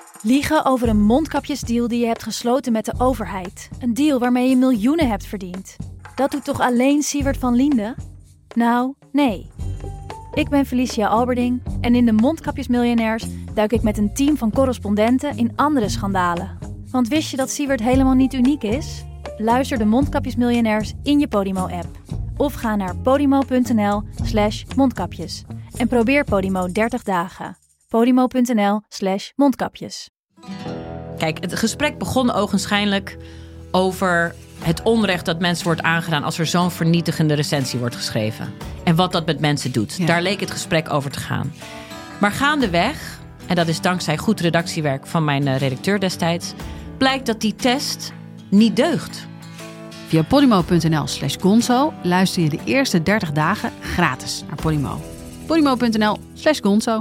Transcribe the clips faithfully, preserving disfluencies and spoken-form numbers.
Liegen over een mondkapjesdeal die je hebt gesloten met de overheid. Een deal waarmee je miljoenen hebt verdiend. Dat doet toch alleen Siewert van Liende? Nou, nee. Ik ben Felicia Alberding en in de Mondkapjesmiljonairs duik ik met een team van correspondenten in andere schandalen. Want wist je dat Siewert helemaal niet uniek is? Luister de Mondkapjesmiljonairs in je Podimo-app. Of ga naar podimo.nl slash mondkapjes. En probeer Podimo dertig dagen. Podimo.nl slash mondkapjes. Kijk, het gesprek begon ogenschijnlijk over het onrecht dat mensen wordt aangedaan als er zo'n vernietigende recensie wordt geschreven. En wat dat met mensen doet. Ja. Daar leek het gesprek over te gaan. Maar gaandeweg, en dat is dankzij goed redactiewerk van mijn redacteur destijds, blijkt dat die test niet deugt. Via podimo.nl slash gonzo luister je de eerste dertig dagen gratis naar Podimo. Podimo.nl slash gonzo.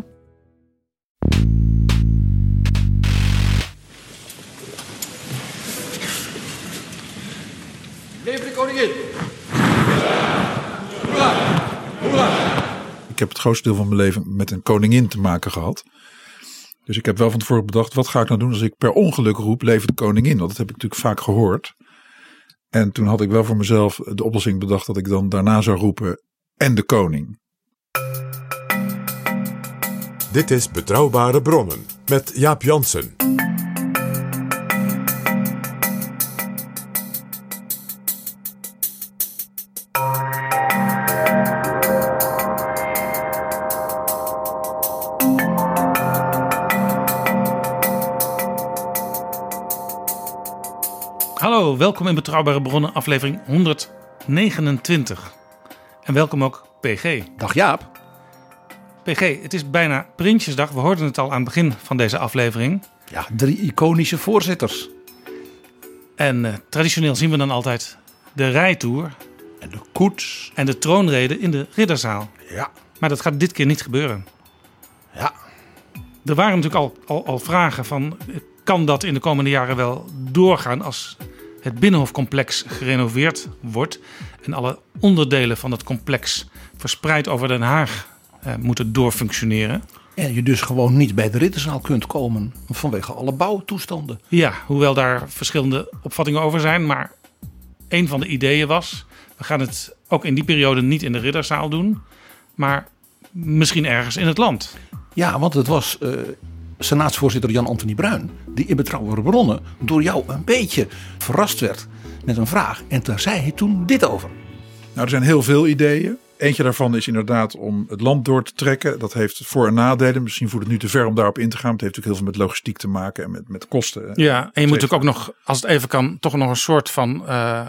Leef de koningin! Hoera! Hoera! Ik heb het grootste deel van mijn leven met een koningin te maken gehad. Dus ik heb wel van tevoren bedacht, wat ga ik nou doen als ik per ongeluk roep, leef de koningin? Want dat heb ik natuurlijk vaak gehoord. En toen had ik wel voor mezelf de oplossing bedacht dat ik dan daarna zou roepen, en de koning. Dit is Betrouwbare Bronnen met Jaap Jansen. Hallo, welkom in Betrouwbare Bronnen, aflevering honderdnegenentwintig. En welkom ook P G. Dag Jaap. P G, het is bijna Prinsjesdag. We hoorden het al aan het begin van deze aflevering. Ja, drie iconische voorzitters. En uh, traditioneel zien we dan altijd de rijtour. En de koets. En de troonrede in de ridderzaal. Ja. Maar dat gaat dit keer niet gebeuren. Ja. Er waren natuurlijk al, al, al vragen van, kan dat in de komende jaren wel doorgaan als het Binnenhofcomplex gerenoveerd wordt en alle onderdelen van het complex verspreid over Den Haag eh, moeten doorfunctioneren. En je dus gewoon niet bij de ridderzaal kunt komen vanwege alle bouwtoestanden. Ja, hoewel daar verschillende opvattingen over zijn. Maar een van de ideeën was, we gaan het ook in die periode niet in de ridderzaal doen, maar misschien ergens in het land. Ja, want het was uh, senaatsvoorzitter Jan Anthony Bruin die in Betrouwbare Bronnen door jou een beetje verrast werd met een vraag. En daar zei hij toen dit over. Nou, er zijn heel veel ideeën. Eentje daarvan is inderdaad om het land door te trekken. Dat heeft voor- en nadelen. Misschien voert het nu te ver om daarop in te gaan. Het heeft natuurlijk heel veel met logistiek te maken en met, met kosten. Ja, en je moet natuurlijk ook nog, als het even kan, toch nog een soort van uh,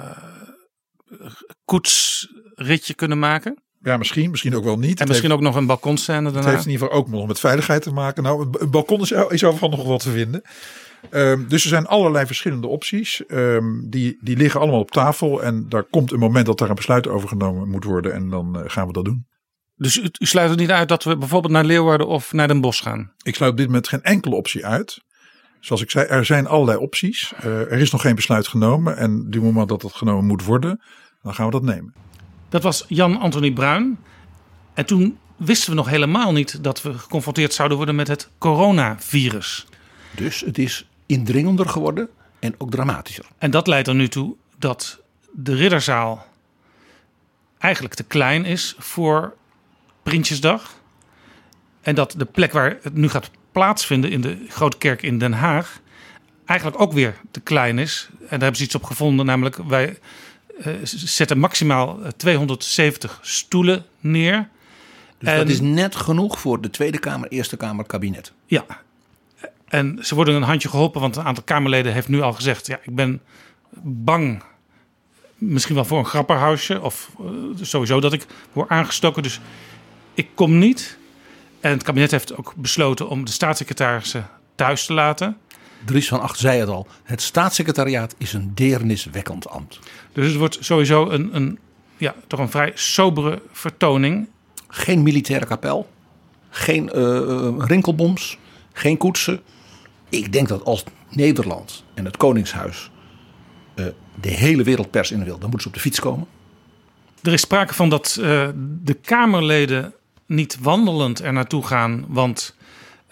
koetsritje kunnen maken. Ja, misschien. Misschien ook wel niet. En het misschien heeft, ook nog een balkonscène daarna. Het heeft in ieder geval ook nog met veiligheid te maken. Nou, een balkon is, is overal nog wat te vinden. Um, dus er zijn allerlei verschillende opties. Um, die, die liggen allemaal op tafel. En daar komt een moment dat daar een besluit over genomen moet worden. En dan uh, gaan we dat doen. Dus u, u sluit er niet uit dat we bijvoorbeeld naar Leeuwarden of naar Den Bosch gaan? Ik sluit op dit moment geen enkele optie uit. Zoals ik zei, er zijn allerlei opties. Uh, er is nog geen besluit genomen. En op het moment dat dat genomen moet worden, dan gaan we dat nemen. Dat was Jan Anthony Bruin. En toen wisten we nog helemaal niet dat we geconfronteerd zouden worden met het coronavirus. Dus het is indringender geworden en ook dramatischer. En dat leidt er nu toe dat de ridderzaal eigenlijk te klein is voor Prinsjesdag. En dat de plek waar het nu gaat plaatsvinden in de Grote Kerk in Den Haag eigenlijk ook weer te klein is. En daar hebben ze iets op gevonden, namelijk wij uh, zetten maximaal tweehonderdzeventig stoelen neer. Dus en, dat is net genoeg voor de Tweede Kamer, Eerste Kamer, kabinet. Ja. En ze worden een handje geholpen, want een aantal Kamerleden heeft nu al gezegd, ja, ik ben bang, misschien wel voor een grapperhausje of uh, sowieso dat ik word aangestoken. Dus ik kom niet. En het kabinet heeft ook besloten om de staatssecretarissen thuis te laten. Dries van Acht zei het al, het staatssecretariaat is een deerniswekkend ambt. Dus het wordt sowieso een, een, ja, toch een vrij sobere vertoning. Geen militaire kapel, geen uh, rinkelboms, geen koetsen. Ik denk dat als Nederland en het Koningshuis uh, de hele wereldpers in wil, dan moeten ze op de fiets komen. Er is sprake van dat uh, de Kamerleden niet wandelend er naartoe gaan, want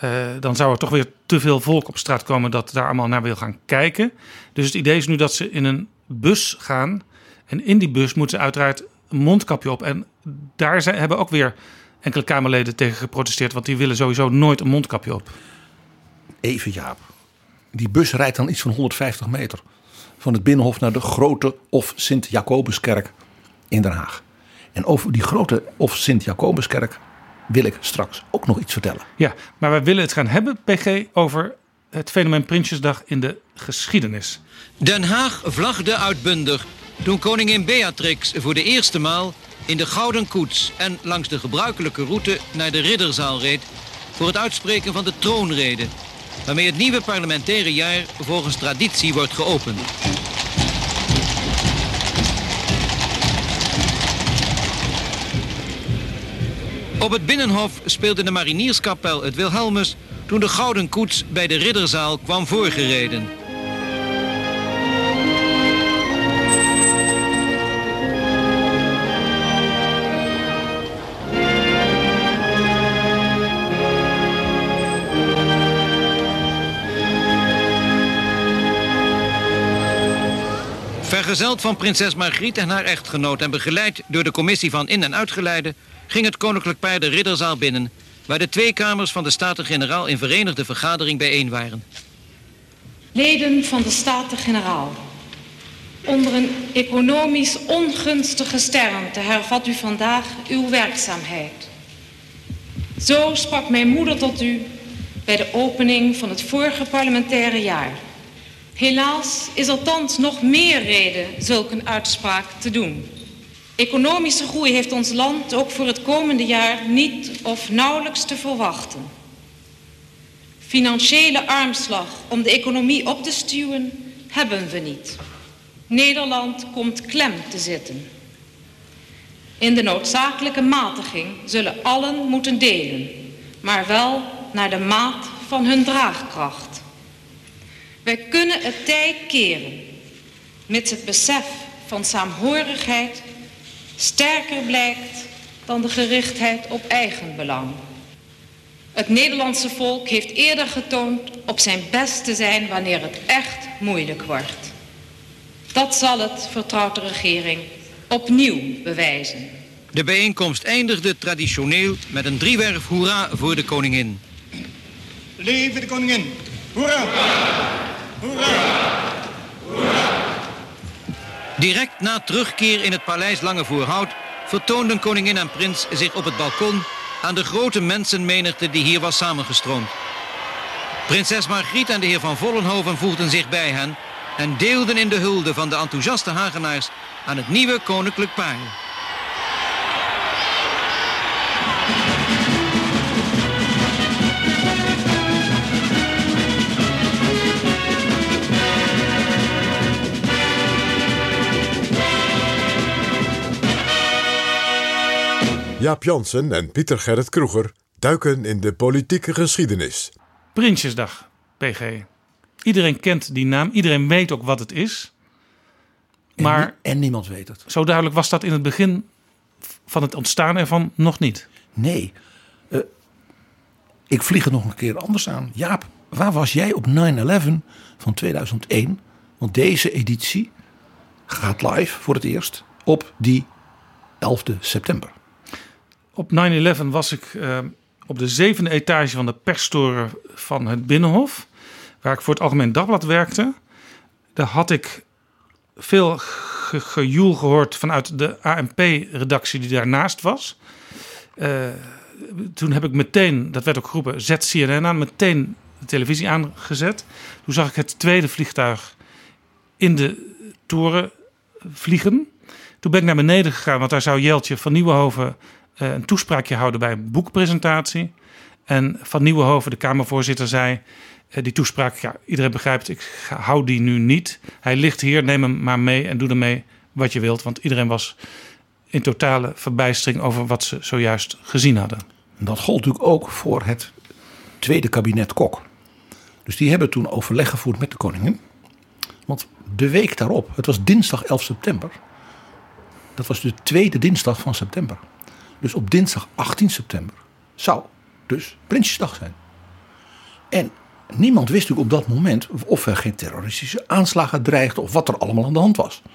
Uh, dan zou er toch weer te veel volk op straat komen dat daar allemaal naar wil gaan kijken. Dus het idee is nu dat ze in een bus gaan. En in die bus moeten ze uiteraard een mondkapje op. En daar zijn, hebben ook weer enkele Kamerleden tegen geprotesteerd. Want die willen sowieso nooit een mondkapje op. Even Jaap. Die bus rijdt dan iets van honderdvijftig meter. Van het Binnenhof naar de Grote of Sint-Jacobuskerk in Den Haag. En over die Grote of Sint-Jacobuskerk wil ik straks ook nog iets vertellen. Ja, maar wij willen het gaan hebben, P G, over het fenomeen Prinsjesdag in de geschiedenis. Den Haag vlagde uitbundig toen koningin Beatrix voor de eerste maal in de Gouden Koets en langs de gebruikelijke route naar de Ridderzaal reed voor het uitspreken van de troonrede, waarmee het nieuwe parlementaire jaar volgens traditie wordt geopend. Op het Binnenhof speelde de Marinierskapel het Wilhelmus toen de Gouden Koets bij de Ridderzaal kwam voorgereden. Vergezeld van prinses Margriet en haar echtgenoot en begeleid door de commissie van in- en uitgeleide ging het koninklijk paar de Ridderzaal binnen, waar de twee kamers van de Staten-Generaal in verenigde vergadering bijeen waren. Leden van de Staten-Generaal, onder een economisch ongunstige sternte hervat u vandaag uw werkzaamheid. Zo sprak mijn moeder tot u bij de opening van het vorige parlementaire jaar. Helaas is er thans nog meer reden zulke een uitspraak te doen. Economische groei heeft ons land ook voor het komende jaar niet of nauwelijks te verwachten. Financiële armslag om de economie op te stuwen hebben we niet. Nederland komt klem te zitten. In de noodzakelijke matiging zullen allen moeten delen, maar wel naar de maat van hun draagkracht. Wij kunnen het tij keren, mits het besef van saamhorigheid sterker blijkt dan de gerichtheid op eigen belang. Het Nederlandse volk heeft eerder getoond op zijn best te zijn wanneer het echt moeilijk wordt. Dat zal het, vertrouwt de regering, opnieuw bewijzen. De bijeenkomst eindigde traditioneel met een driewerf hoera voor de koningin. Leven de koningin! Hoera! Hoera! Hoera! Direct na terugkeer in het paleis Lange Voorhout vertoonden koningin en prins zich op het balkon aan de grote mensenmenigte die hier was samengestroomd. Prinses Margriet en de heer van Vollenhoven voegden zich bij hen en deelden in de hulde van de enthousiaste Hagenaars aan het nieuwe koninklijk paar. Jaap Jansen en Pieter Gerrit Kroeger duiken in de politieke geschiedenis. Prinsjesdag, P G. Iedereen kent die naam, iedereen weet ook wat het is. Maar en, en niemand weet het. Zo duidelijk was dat in het begin van het ontstaan ervan nog niet. Nee. Uh, ik vlieg het nog een keer anders aan. Jaap, waar was jij op nine eleven van tweeduizend één? Want deze editie gaat live voor het eerst op die elfde september. Op nine eleven was ik uh, op de zevende etage van de perstoren van het Binnenhof, waar ik voor het Algemeen Dagblad werkte. Daar had ik veel ge- gejoel gehoord vanuit de A N P-redactie die daarnaast was. Uh, toen heb ik meteen, dat werd ook geroepen, zet C N N aan, meteen de televisie aangezet. Toen zag ik het tweede vliegtuig in de toren vliegen. Toen ben ik naar beneden gegaan, want daar zou Jeltje van Nieuwenhoven uh, een toespraakje houden bij een boekpresentatie. En Van Nieuwenhoven, de Kamervoorzitter, zei, uh, die toespraak, ja, iedereen begrijpt, ik hou die nu niet. Hij ligt hier, neem hem maar mee en doe ermee wat je wilt. Want iedereen was in totale verbijstering over wat ze zojuist gezien hadden. Dat gold natuurlijk ook voor het tweede kabinet Kok. Dus die hebben toen overleg gevoerd met de koningin. Want de week daarop, het was dinsdag elf september. Dat was de tweede dinsdag van september. Dus op dinsdag achttien september zou dus Prinsjesdag zijn. En niemand wist natuurlijk op dat moment of er geen terroristische aanslagen dreigden of wat er allemaal aan de hand was.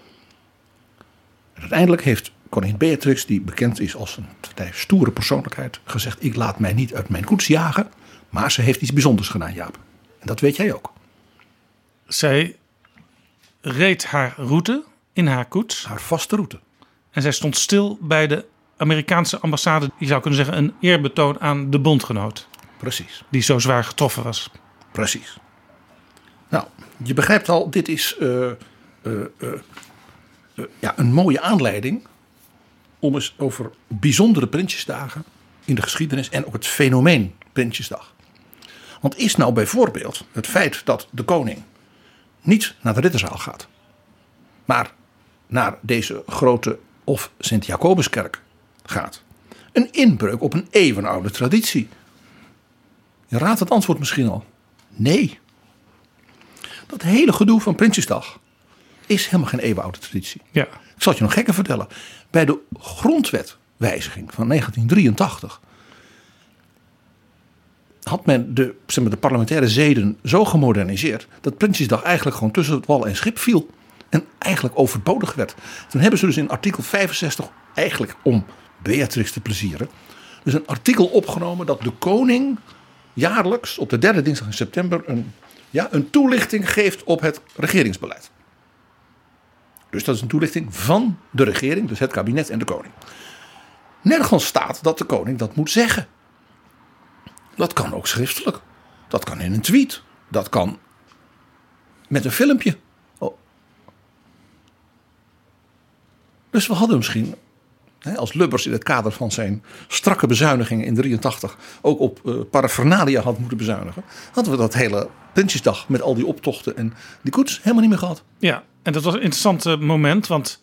En uiteindelijk heeft koningin Beatrix, die bekend is als een vrij stoere persoonlijkheid, gezegd: ik laat mij niet uit mijn koets jagen. Maar ze heeft iets bijzonders gedaan, Jaap. En dat weet jij ook. Zij reed haar route in haar koets. Haar vaste route. En zij stond stil bij de Amerikaanse ambassade. Je zou kunnen zeggen een eerbetoon aan de bondgenoot. Precies. Die zo zwaar getroffen was. Precies. Nou, je begrijpt al, dit is uh, uh, uh, uh, ja, een mooie aanleiding om eens over bijzondere Prinsjesdagen in de geschiedenis en ook het fenomeen Prinsjesdag. Want is nou bijvoorbeeld het feit dat de koning niet naar de Ridderzaal gaat, maar naar deze grote of Sint-Jacobuskerk gaat, een inbreuk op een eeuwenoude traditie? Je raadt het antwoord misschien al. Nee. Dat hele gedoe van Prinsjesdag is helemaal geen eeuwenoude traditie. Ja. Ik zal het je nog gekker vertellen. Bij de grondwetwijziging van negentien drieëntachtig had men de, zeg maar, de parlementaire zeden zo gemoderniseerd dat Prinsjesdag eigenlijk gewoon tussen het wal en schip viel. En eigenlijk overbodig werd. Toen hebben ze dus in artikel vijfenzestig, eigenlijk om Beatrix te plezieren, dus een artikel opgenomen dat de koning jaarlijks op de derde dinsdag in september een, ja, een toelichting geeft op het regeringsbeleid. Dus dat is een toelichting van de regering, dus het kabinet en de koning. Nergens staat dat de koning dat moet zeggen. Dat kan ook schriftelijk. Dat kan in een tweet. Dat kan met een filmpje. Oh. Dus we hadden misschien, als Lubbers in het kader van zijn strakke bezuinigingen in drieëntachtig ook op uh, paraphernalia had moeten bezuinigen, hadden we dat hele Prinsjesdag met al die optochten en die koets helemaal niet meer gehad. Ja, en dat was een interessant moment, want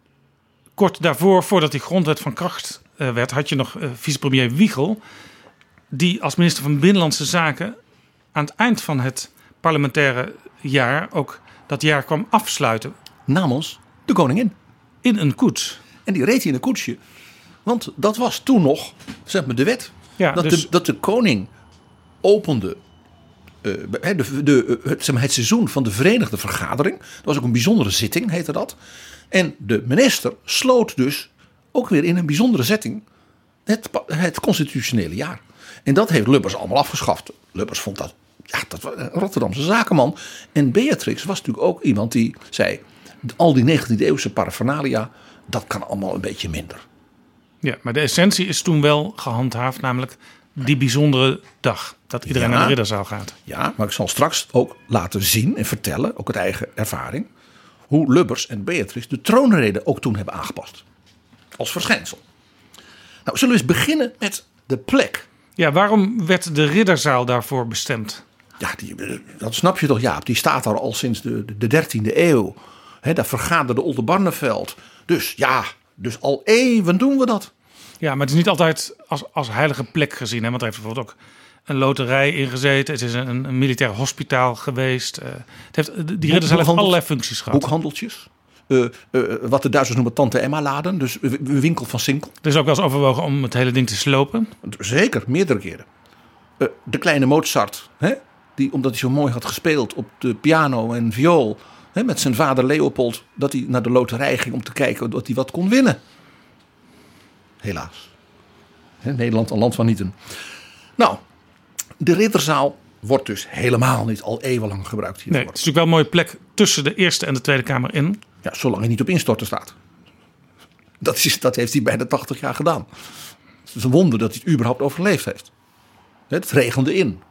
kort daarvoor, voordat die grondwet van kracht uh, werd, had je nog uh, vicepremier Wiegel, die als minister van Binnenlandse Zaken aan het eind van het parlementaire jaar ook dat jaar kwam afsluiten. Namens de koningin. In een koets. En die reed in een koetsje. Want dat was toen nog, zeg maar, de wet. Ja, dat, dus... de, dat de koning opende uh, de, de, het, zeg maar, het seizoen van de Verenigde Vergadering. Dat was ook een bijzondere zitting, heette dat. En de minister sloot dus ook weer in een bijzondere setting het, het constitutionele jaar. En dat heeft Lubbers allemaal afgeschaft. Lubbers vond dat, ja, dat was een Rotterdamse zakenman. En Beatrix was natuurlijk ook iemand die zei, al die negentiende eeuwse paraphernalia, dat kan allemaal een beetje minder. Ja, maar de essentie is toen wel gehandhaafd, namelijk die bijzondere dag. Dat iedereen ja, naar de Ridderzaal gaat. Ja, maar ik zal straks ook laten zien en vertellen, ook uit eigen ervaring, hoe Lubbers en Beatrix de troonrede ook toen hebben aangepast. Als verschijnsel. Nou, zullen we eens beginnen met de plek. Ja, waarom werd de Ridderzaal daarvoor bestemd? Ja, die, dat snap je toch, Jaap. Die staat daar al sinds de, de dertiende eeuw. He, daar vergaderde Oldenbarneveld. Dus ja, dus al eeuwen doen we dat. Ja, maar het is niet altijd als, als heilige plek gezien. Hè? Want er heeft bijvoorbeeld ook een loterij ingezeten. Het is een, een militair hospitaal geweest. Uh, het heeft, die Ridderzaal heeft allerlei functies gehad. Boekhandeltjes. Uh, uh, wat de Duitsers noemen Tante Emma-laden. Dus een winkel van Sinkel. Er is ook wel eens overwogen om het hele ding te slopen. Zeker, meerdere keren. Uh, de kleine Mozart, hè, die, omdat hij zo mooi had gespeeld op de piano en viool, hè, met zijn vader Leopold, dat hij naar de loterij ging om te kijken dat hij wat kon winnen. Helaas. Hè, Nederland, een land van nieten. Nou, de Ridderzaal wordt dus helemaal niet al eeuwenlang gebruikt hiervoor. Nee, het is natuurlijk wel een mooie plek tussen de Eerste en de Tweede Kamer in. Ja, zolang hij niet op instorten staat. Dat, is, dat heeft hij bijna tachtig jaar gedaan. Het is een wonder dat hij het überhaupt overleefd heeft. Het regende in.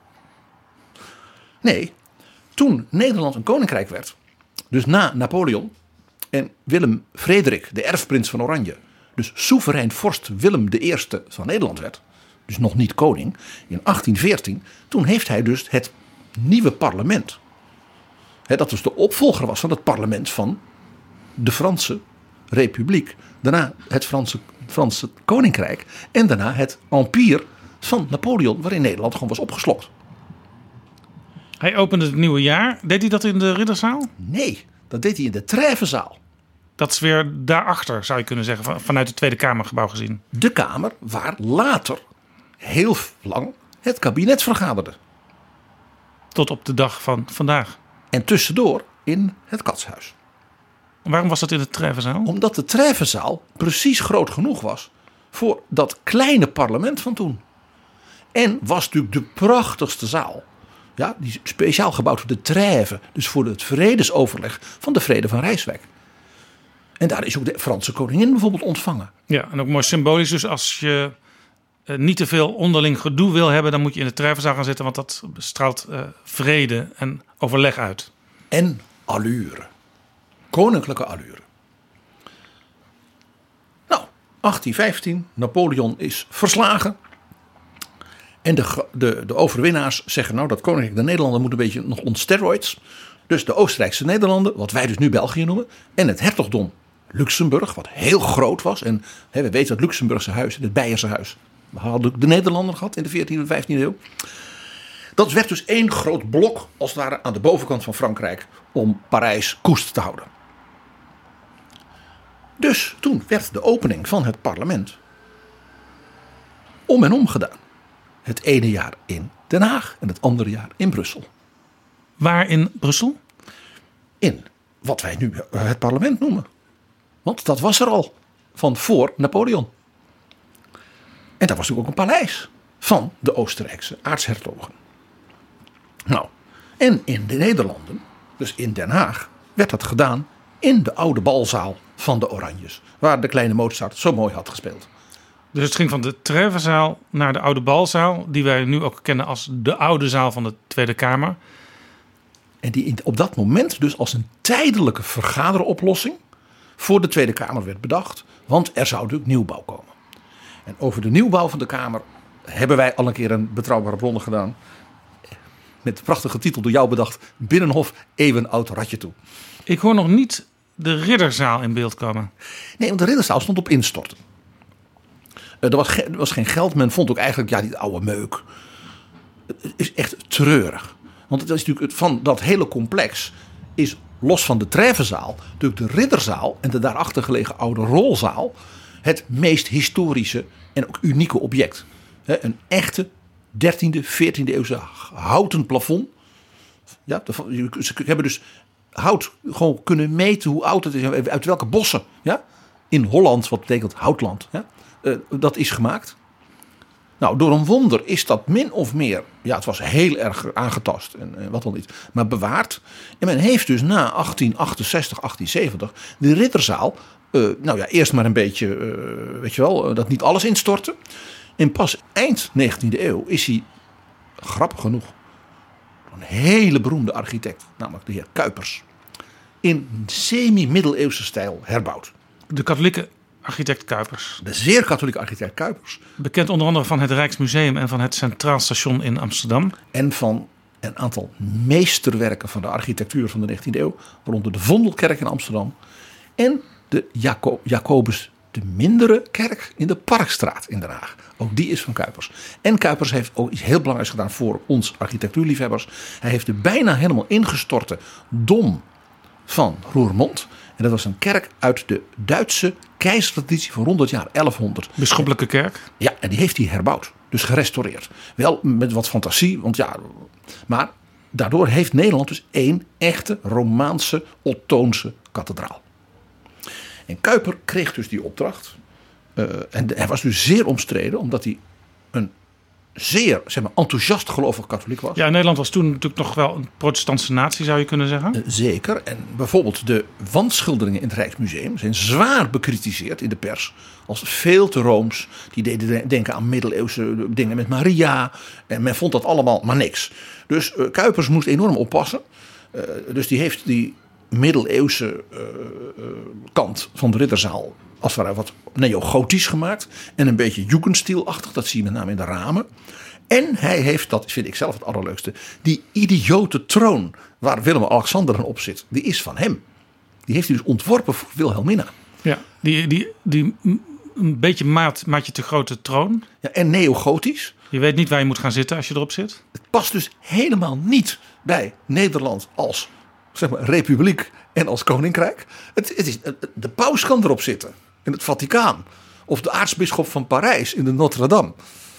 Nee, toen Nederland een koninkrijk werd, dus na Napoleon en Willem Frederik, de erfprins van Oranje, dus soeverein vorst Willem de Eerste van Nederland werd, dus nog niet koning, in achttien veertien, toen heeft hij dus het nieuwe parlement, hè, dat dus de opvolger was van het parlement van de Franse Republiek, daarna het Franse, Franse Koninkrijk en daarna het Empire van Napoleon, waarin Nederland gewoon was opgeslokt. Hij opende het nieuwe jaar. Deed hij dat in de Ridderzaal? Nee, dat deed hij in de Trèvezaal. Dat is weer daarachter, zou je kunnen zeggen, vanuit het Tweede Kamergebouw gezien. De kamer waar later heel lang het kabinet vergaderde. Tot op de dag van vandaag. En tussendoor in het Katshuis. Waarom was dat in de Treffenzaal? Omdat de Treffenzaal precies groot genoeg was voor dat kleine parlement van toen. En was natuurlijk de prachtigste zaal. Ja, die is speciaal gebouwd voor de Trêve. Dus voor het vredesoverleg van de Vrede van Rijswijk. En daar is ook de Franse koningin bijvoorbeeld ontvangen. Ja, en ook mooi symbolisch. Dus als je uh, niet te veel onderling gedoe wil hebben, dan moet je in de Treffenzaal gaan zitten. Want dat straalt uh, vrede en overleg uit. En allure. Koninklijke allure. Nou, achttien vijftien. Napoleon is verslagen. En de, de, de overwinnaars zeggen nou dat Koninkrijk de Nederlanden moet een beetje nog on steroids. Dus de Oostenrijkse Nederlanden, wat wij dus nu België noemen. En het hertogdom Luxemburg, wat heel groot was. En hè, we weten dat Luxemburgse huis en het Beierse huis. We hadden de Nederlanden gehad in de veertiende en vijftiende eeuw. Dat werd dus één groot blok als het ware aan de bovenkant van Frankrijk om Parijs koest te houden. Dus toen werd de opening van het parlement om en om gedaan. Het ene jaar in Den Haag en het andere jaar in Brussel. Waar in Brussel? In wat wij nu het parlement noemen. Want dat was er al van voor Napoleon. En dat was natuurlijk ook een paleis van de Oostenrijkse aartshertogen. Nou, en in de Nederlanden, dus in Den Haag, werd dat gedaan in de oude balzaal van de Oranjes. Waar de kleine Mozart zo mooi had gespeeld. Dus het ging van de Treffenzaal naar de oude balzaal, die wij nu ook kennen als de oude zaal van de Tweede Kamer. En die op dat moment dus als een tijdelijke vergaderoplossing voor de Tweede Kamer werd bedacht. Want er zou natuurlijk nieuwbouw komen. En over de nieuwbouw van de Kamer hebben wij al een keer een betrouwbare bronnen gedaan. Met de prachtige titel door jou bedacht. Binnenhof eeuwenoud ratje toe. Ik hoor nog niet de Ridderzaal in beeld komen. Nee, want de Ridderzaal stond op instorten. Er was, ge- er was geen geld. Men vond ook eigenlijk, ja, die oude meuk. Het is echt treurig. Want het is natuurlijk van dat hele complex is los van de Treffenzaal natuurlijk de Ridderzaal en de daarachter gelegen oude Rolzaal het meest historische en ook unieke object. He, een echte dertiende, veertiende eeuwse houten plafond. Ja, ze hebben dus hout gewoon kunnen meten hoe oud het is, uit welke bossen. Ja? In Holland, wat betekent houtland. Ja? Uh, dat is gemaakt. Nou, door een wonder is dat min of meer, ja, het was heel erg aangetast en, en wat dan niet, maar bewaard. En men heeft dus na achttien achtenzestig, achttien zeventig de Ridderzaal, uh, nou ja, eerst maar een beetje, uh, weet je wel, uh, dat niet alles instortte. En pas eind negentiende eeuw is hij, grappig genoeg, een hele beroemde architect, namelijk de heer Cuypers, in semi-middeleeuwse stijl herbouwd. De katholieke architect Cuypers. De zeer katholieke architect Cuypers. Bekend onder andere van het Rijksmuseum en van het Centraal Station in Amsterdam. En van een aantal meesterwerken van de architectuur van de negentiende eeuw. Waaronder de Vondelkerk in Amsterdam. En de Jaco- Jacobus de Mindere kerk in de Parkstraat in Den Haag. Ook die is van Cuypers. En Cuypers heeft ook iets heel belangrijks gedaan voor ons architectuurliefhebbers. Hij heeft de bijna helemaal ingestorte Dom van Roermond. En dat was een kerk uit de Duitse keizertraditie van rond het jaar elfhonderd. Bisschoppelijke kerk? Ja, en die heeft hij herbouwd. Dus gerestaureerd. Wel met wat fantasie, want ja, maar daardoor heeft Nederland dus één echte Romaanse Ottoonse kathedraal. En Cuyper kreeg dus die opdracht. Uh, en hij was dus zeer omstreden, omdat hij een zeer, zeg maar, enthousiast gelovig katholiek was. Ja, Nederland was toen natuurlijk nog wel een protestantse natie, zou je kunnen zeggen. Uh, zeker. En bijvoorbeeld de wandschilderingen in het Rijksmuseum zijn zwaar bekritiseerd in de pers. Als veel te rooms. Die deden denken aan middeleeuwse dingen met Maria. En men vond dat allemaal maar niks. Dus uh, Cuypers moest enorm oppassen. Uh, dus die heeft die middeleeuwse uh, uh, kant van de Ridderzaal als het ware wat neogotisch gemaakt. En een beetje Jugendstilachtig. Dat zie je met name in de ramen. En hij heeft, dat vind ik zelf het allerleukste, die idiote troon waar Willem-Alexander dan op zit. Die is van hem. Die heeft hij dus ontworpen voor Wilhelmina. Ja, die, die, die een beetje maat, maatje te grote troon. Ja, en neogotisch. Je weet niet waar je moet gaan zitten als je erop zit. Het past dus helemaal niet bij Nederland als, zeg maar, republiek en als koninkrijk. Het, het is, de paus kan erop zitten in het Vaticaan. Of de aartsbisschop van Parijs in de Notre-Dame.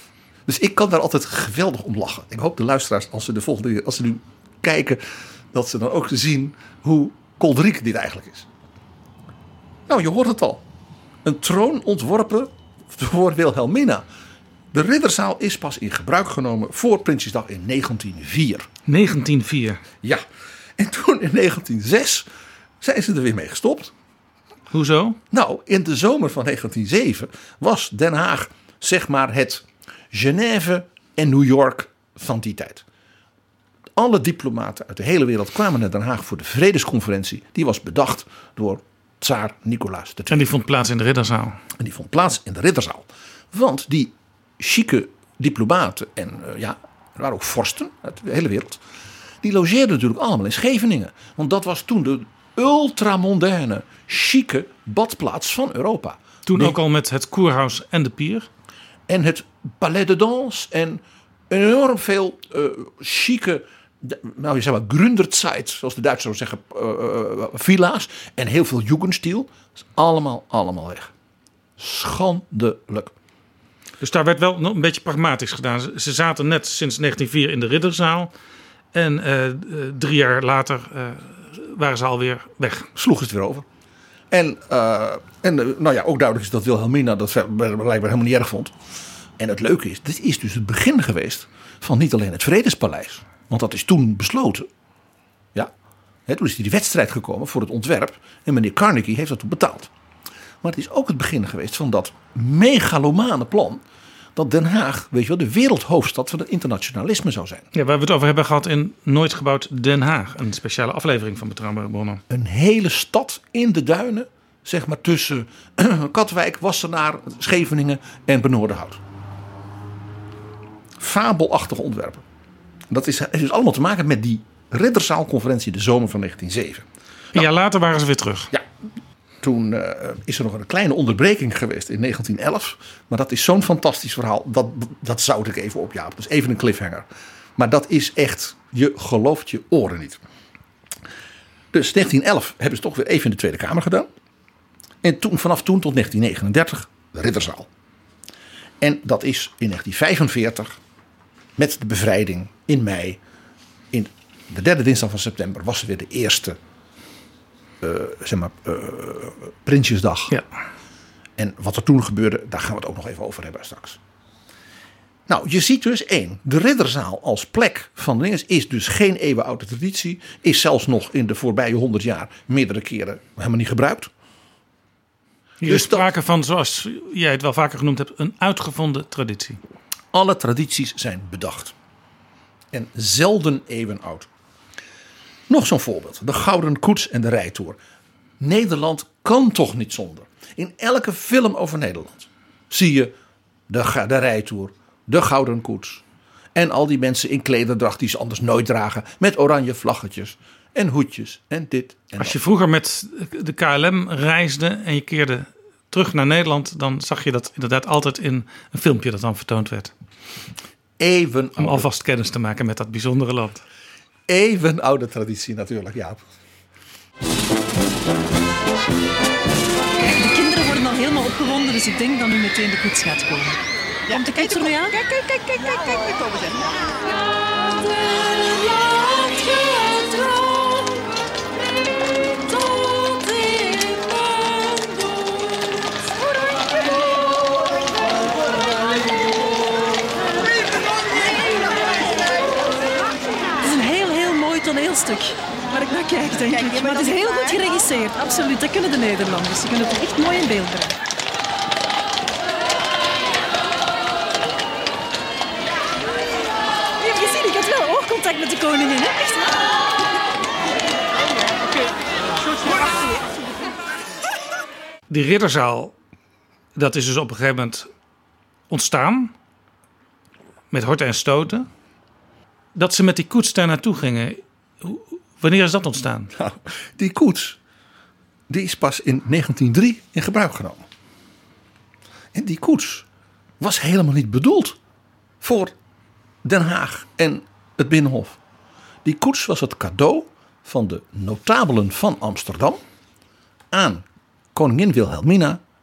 Dus ik kan daar altijd geweldig om lachen. Ik hoop de luisteraars, als ze de volgende keer, als ze nu kijken, dat ze dan ook zien hoe kolderiek dit eigenlijk is. Nou, je hoort het al. Een troon ontworpen voor Wilhelmina. De ridderzaal is pas in gebruik genomen voor Prinsjesdag in negentien nul vier. negentien nul vier? Ja. En toen in negentien nul zes zijn ze er weer mee gestopt. Hoezo? Nou, in de zomer van negentien nul zeven was Den Haag zeg maar het Genève en New York van die tijd. Alle diplomaten uit de hele wereld kwamen naar Den Haag voor de vredesconferentie. Die was bedacht door tsaar Nicolaas de Tweede. En die vond plaats in de ridderzaal. En die vond plaats in de ridderzaal. Want die chique diplomaten en uh, ja, er waren ook vorsten uit de hele wereld. Die logeerden natuurlijk allemaal in Scheveningen. Want dat was toen de ultramondaine, chique badplaats van Europa. Toen nee. ook al met het Kurhaus en de Pier. En het Palais de Danse en enorm veel uh, chique, nou je zeg maar Gründerzeit, zoals de Duitsers zeggen, uh, uh, villa's. En heel veel Jugendstil. Dat is allemaal, allemaal weg. Schandelijk. Dus daar werd wel nog een beetje pragmatisch gedaan. Ze zaten net sinds negentien nul vier in de ridderzaal. En uh, uh, drie jaar later uh, waren ze alweer weg. Sloegen ze het weer over. En, uh, en uh, nou ja, ook duidelijk is dat Wilhelmina dat blijkbaar helemaal niet erg vond. En het leuke is, dit is dus het begin geweest van niet alleen het Vredespaleis. Want dat is toen besloten. Ja, hè, toen is die wedstrijd gekomen voor het ontwerp. En meneer Carnegie heeft dat toen betaald. Maar het is ook het begin geweest van dat megalomane plan. Dat Den Haag, weet je wel, de wereldhoofdstad van het internationalisme zou zijn. Ja, waar we het over hebben gehad in Nooit Gebouwd Den Haag. Een speciale aflevering van Betrouwbare Bronnen. Een hele stad in de duinen. Zeg maar tussen Katwijk, Wassenaar, Scheveningen en Benoordenhout. Fabelachtige ontwerpen. Dat is, heeft dus allemaal te maken met die ridderzaalconferentie de zomer van negentien nul zeven. Een jaar later waren ze weer terug. Ja. Toen uh, is er nog een kleine onderbreking geweest in negentien elf. Maar dat is zo'n fantastisch verhaal. Dat, dat zout ik even op, Jaap. Dus even een cliffhanger. Maar dat is echt, je gelooft je oren niet. Dus negentien elf hebben ze toch weer even in de Tweede Kamer gedaan. En toen, vanaf toen tot negentien negenendertig de ridderzaal. En dat is in negentien vijfenveertig met de bevrijding in mei. In de derde dinsdag van september was er weer de eerste Uh, zeg maar, uh, Prinsjesdag. Ja. En wat er toen gebeurde, daar gaan we het ook nog even over hebben straks. Nou, je ziet dus één. De ridderzaal als plek van de dingen is dus geen eeuwenoude traditie. Is zelfs nog in de voorbije honderd jaar meerdere keren helemaal niet gebruikt. Hier dus is sprake dat, van, zoals jij het wel vaker genoemd hebt, een uitgevonden traditie. Alle tradities zijn bedacht. En zelden eeuwenoud. Nog zo'n voorbeeld. De Gouden Koets en de Rijtoer. Nederland kan toch niet zonder. In elke film over Nederland zie je de, de Rijtoer, de Gouden Koets. En al die mensen in klederdracht die ze anders nooit dragen. Met oranje vlaggetjes en hoedjes en dit en Als je dat. vroeger met de K L M reisde en je keerde terug naar Nederland, dan zag je dat inderdaad altijd in een filmpje dat dan vertoond werd. Even Om alvast kennis te maken met dat bijzondere land. Even oude traditie natuurlijk, Jaap. Kijk, de kinderen worden al helemaal opgewonden, dus ik denk dat nu meteen de koets gaat komen. Ja, komt de koets er nu aan? Kijk, kijk, kijk, kijk, kijk, kijk, daar komen ze. Toneelstuk waar ik naar kijk, denk ik. Maar het is heel goed geregisseerd, absoluut. Dat kunnen de Nederlanders. Ze kunnen het echt mooi in beeld brengen. Je hebt gezien, ik had wel oogcontact met de koningin, hè? Echt Die ridderzaal, dat is dus op een gegeven moment ontstaan. Met horten en stoten. Dat ze met die koets daar naartoe gingen. Wanneer is dat ontstaan? Nou, die koets die is pas in negentien nul drie in gebruik genomen. En die koets was helemaal niet bedoeld voor Den Haag en het Binnenhof. Die koets was het cadeau van de notabelen van Amsterdam aan koningin Wilhelmina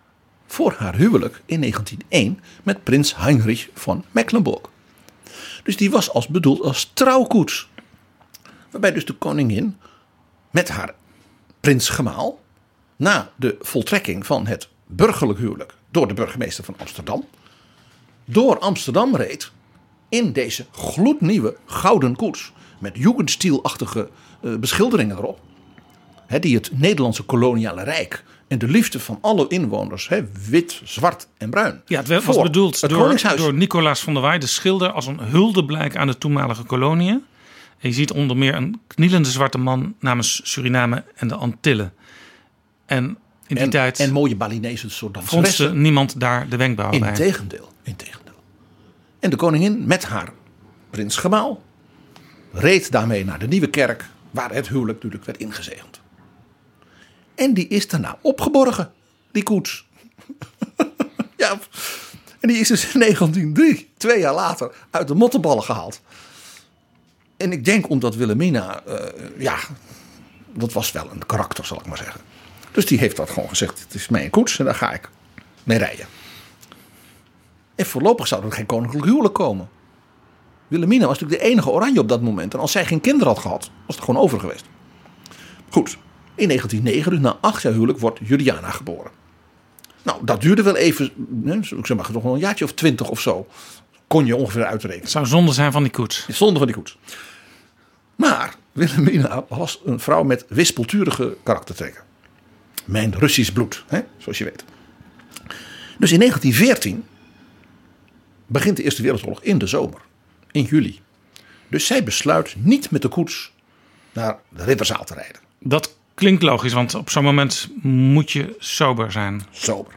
voor haar huwelijk in negentien één met prins Heinrich van Mecklenburg. Dus die was als bedoeld als trouwkoets. Waarbij dus de koningin met haar prinsgemaal na de voltrekking van het burgerlijk huwelijk door de burgemeester van Amsterdam door Amsterdam reed in deze gloednieuwe gouden koets met Jugendstilachtige uh, beschilderingen erop. He, die het Nederlandse koloniale rijk en de liefde van alle inwoners, he, wit, zwart en bruin. Ja, het was bedoeld het door, door Nicolaas van der Waay, de schilder, als een huldeblijk aan de toenmalige koloniën. En je ziet onder meer een knielende zwarte man namens Suriname en de Antillen. En in die en, tijd en mooie Balinese soort danseressen. Fronste niemand daar de wenkbrauwen bij. Integendeel, integendeel. En de koningin met haar prinsgemaal reed daarmee naar de Nieuwe Kerk, waar het huwelijk natuurlijk werd ingezegend. En die is daarna opgeborgen, die koets. Ja, en die is dus in negentien drie, twee jaar later, uit de mottenballen gehaald. En ik denk omdat Wilhelmina, uh, ja, dat was wel een karakter, zal ik maar zeggen. Dus die heeft dat gewoon gezegd, het is mijn koets en daar ga ik mee rijden. En voorlopig zou er geen koninklijk huwelijk komen. Wilhelmina was natuurlijk de enige oranje op dat moment. En als zij geen kinderen had gehad, was het gewoon over geweest. Goed, in negentien negen, dus na acht jaar huwelijk, wordt Juliana geboren. Nou, dat duurde wel even, ik zeg maar, nog wel een jaartje of twintig of zo. Kon je ongeveer uitrekenen. Het zou zonde zijn van die koets. Zonde van die koets. Maar Wilhelmina was een vrouw met wispelturige karaktertrekken. Mijn Russisch bloed, hè, zoals je weet. Dus in negentien veertien begint de Eerste Wereldoorlog in de zomer. In juli. Dus zij besluit niet met de koets naar de Ridderzaal te rijden. Dat klinkt logisch, want op zo'n moment moet je sober zijn. Sober.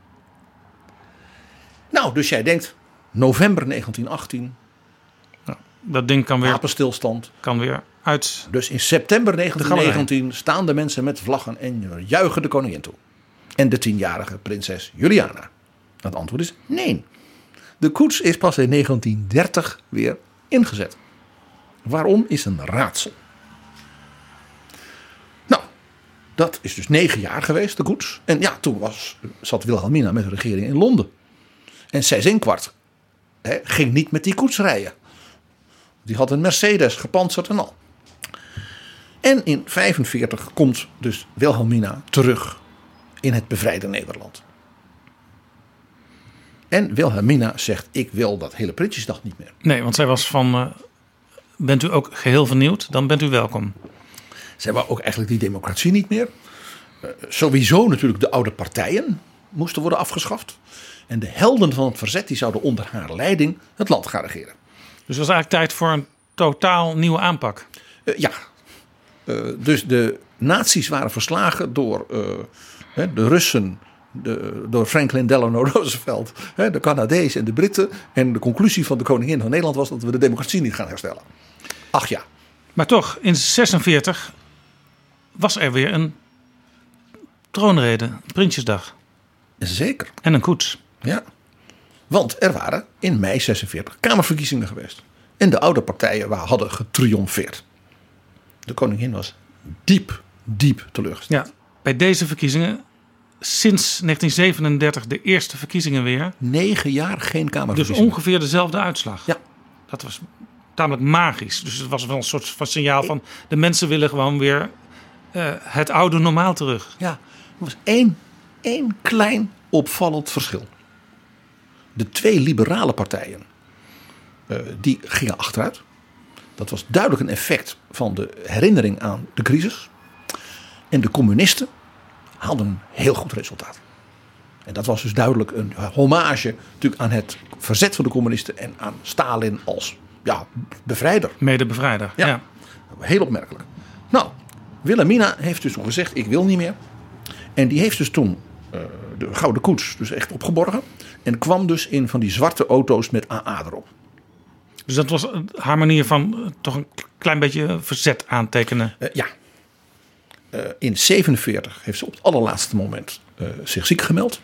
Nou, dus jij denkt, november negentien achttien. Nou, dat ding kan weer, wapenstilstand. Kan weer uit. Dus in september negentien negentien staan de mensen met vlaggen en juichen de koningin toe. En de tienjarige prinses Juliana. Het antwoord is nee. De koets is pas in negentien dertig weer ingezet. Waarom is een raadsel. Nou, dat is dus negen jaar geweest, de koets. En ja, toen was, zat Wilhelmina met de regering in Londen. En Seyss-Inquart hè, ging niet met die koets rijden. Die had een Mercedes, gepantserd en al. En in vijfenveertig komt dus Wilhelmina terug in het bevrijde Nederland. En Wilhelmina zegt, ik wil dat hele Prinsjesdag niet meer. Nee, want zij was van, uh, bent u ook geheel vernieuwd, dan bent u welkom. Zij wou ook eigenlijk die democratie niet meer. Uh, sowieso natuurlijk de oude partijen moesten worden afgeschaft. En de helden van het verzet die zouden onder haar leiding het land gaan regeren. Dus het was eigenlijk tijd voor een totaal nieuwe aanpak. Uh, ja. Uh, dus de nazi's waren verslagen door uh, de Russen, de, door Franklin Delano Roosevelt, de Canadezen en de Britten. En de conclusie van de koningin van Nederland was dat we de democratie niet gaan herstellen. Ach ja. Maar toch, in zesenveertig was er weer een troonrede, een Prinsjesdag. Zeker. En een koets. Ja. Want er waren in mei zesenveertig kamerverkiezingen geweest. En de oude partijen hadden getriomfeerd. De koningin was diep, diep teleurgesteld. Ja, bij deze verkiezingen, sinds negentien zevenendertig de eerste verkiezingen weer. Negen jaar geen kamerverkiezingen. Dus ongeveer dezelfde uitslag. Ja. Dat was tamelijk magisch. Dus het was wel een soort van signaal van de mensen willen gewoon weer uh, het oude normaal terug. Ja, er was één, één klein opvallend verschil. De twee liberale partijen, uh, die gingen achteruit. Dat was duidelijk een effect van de herinnering aan de crisis. En de communisten haalden een heel goed resultaat. En dat was dus duidelijk een hommage natuurlijk aan het verzet van de communisten en aan Stalin als ja, bevrijder. Medebevrijder, ja. ja. Heel opmerkelijk. Nou, Wilhelmina heeft dus toen gezegd, ik wil niet meer. En die heeft dus toen uh, de gouden koets dus echt opgeborgen. En kwam dus in van die zwarte auto's met A A erop. Dus dat was haar manier van uh, toch een klein beetje verzet aantekenen? Uh, ja. Uh, in zevenenveertig heeft ze op het allerlaatste moment uh, zich ziek gemeld.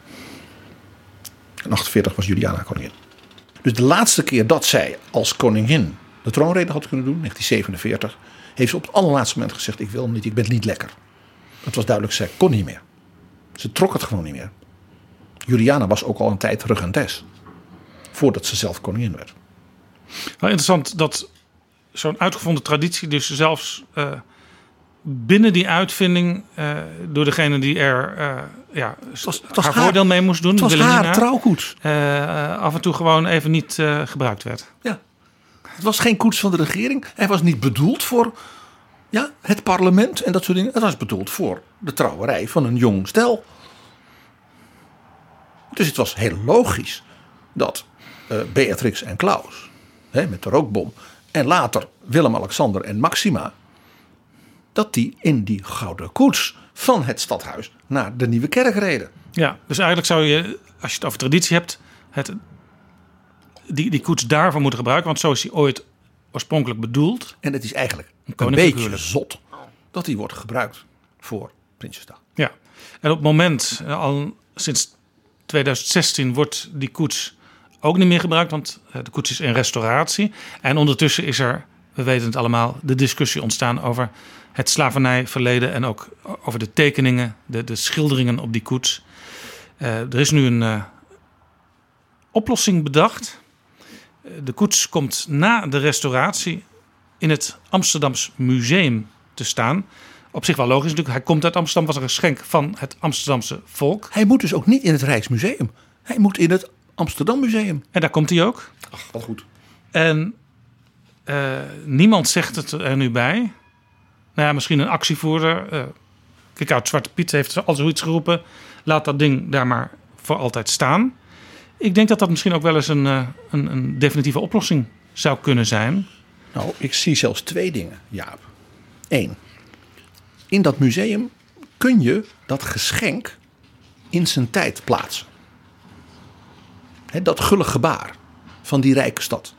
In achtenveertig was Juliana koningin. Dus de laatste keer dat zij als koningin de troonrede had kunnen doen, negentien zevenenveertig, heeft ze op het allerlaatste moment gezegd, ik wil niet, ik ben niet lekker. Het was duidelijk, zij kon niet meer. Ze trok het gewoon niet meer. Juliana was ook al een tijd regentes. Voordat ze zelf koningin werd. Wel interessant dat zo'n uitgevonden traditie dus zelfs uh, binnen die uitvinding uh, door degene die er uh, ja, het was, het was haar, haar voordeel mee moest doen. Het was Wilhelmina, haar trouwkoets. Uh, af en toe gewoon even niet uh, gebruikt werd. Ja, het was geen koets van de regering. Hij was niet bedoeld voor ja, het parlement en dat soort dingen. Het was bedoeld voor de trouwerij van een jong stel. Dus het was heel logisch dat uh, Beatrix en Klaus, hè, met de rookbom, en later Willem-Alexander en Maxima, dat die in die gouden koets van het stadhuis naar de Nieuwe Kerk reden. Ja, dus eigenlijk zou je, als je het over traditie hebt, het, die, die koets daarvoor moeten gebruiken, want zo is die ooit oorspronkelijk bedoeld. En het is eigenlijk een, een beetje huwelijk. Zot dat die wordt gebruikt voor Prinsjesdag. Ja, en op het moment, al sinds twintig zestien, wordt die koets ook niet meer gebruikt, want de koets is in restauratie. En ondertussen is er, we weten het allemaal, de discussie ontstaan over het slavernijverleden en ook over de tekeningen, de, de schilderingen op die koets. Uh, er is nu een uh, oplossing bedacht. Uh, de koets komt na de restauratie in het Amsterdams Museum te staan. Op zich wel logisch natuurlijk. Hij komt uit Amsterdam, was een geschenk van het Amsterdamse volk. Hij moet dus ook niet in het Rijksmuseum. Hij moet in het Amsterdam Museum. En daar komt hij ook. Ach, wat goed. En uh, niemand zegt het er nu bij. Nou ja, misschien een actievoerder. Uh, kijk uit, Zwarte Piet heeft al zoiets geroepen. Laat dat ding daar maar voor altijd staan. Ik denk dat dat misschien ook wel eens een, uh, een, een definitieve oplossing zou kunnen zijn. Nou, ik zie zelfs twee dingen, Jaap. Eén. In dat museum kun je dat geschenk in zijn tijd plaatsen. He, dat gulle gebaar van die rijke stad.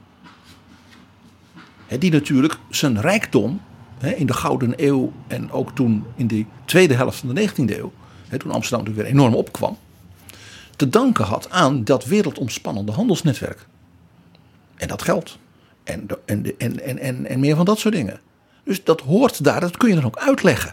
He, die natuurlijk zijn rijkdom he, in de Gouden Eeuw en ook toen in de tweede helft van de negentiende eeuw, he, toen Amsterdam natuurlijk weer enorm opkwam, te danken had aan dat wereldomspannende handelsnetwerk. En dat geld. En, en, en, en, en, en meer van dat soort dingen. Dus dat hoort daar, dat kun je dan ook uitleggen.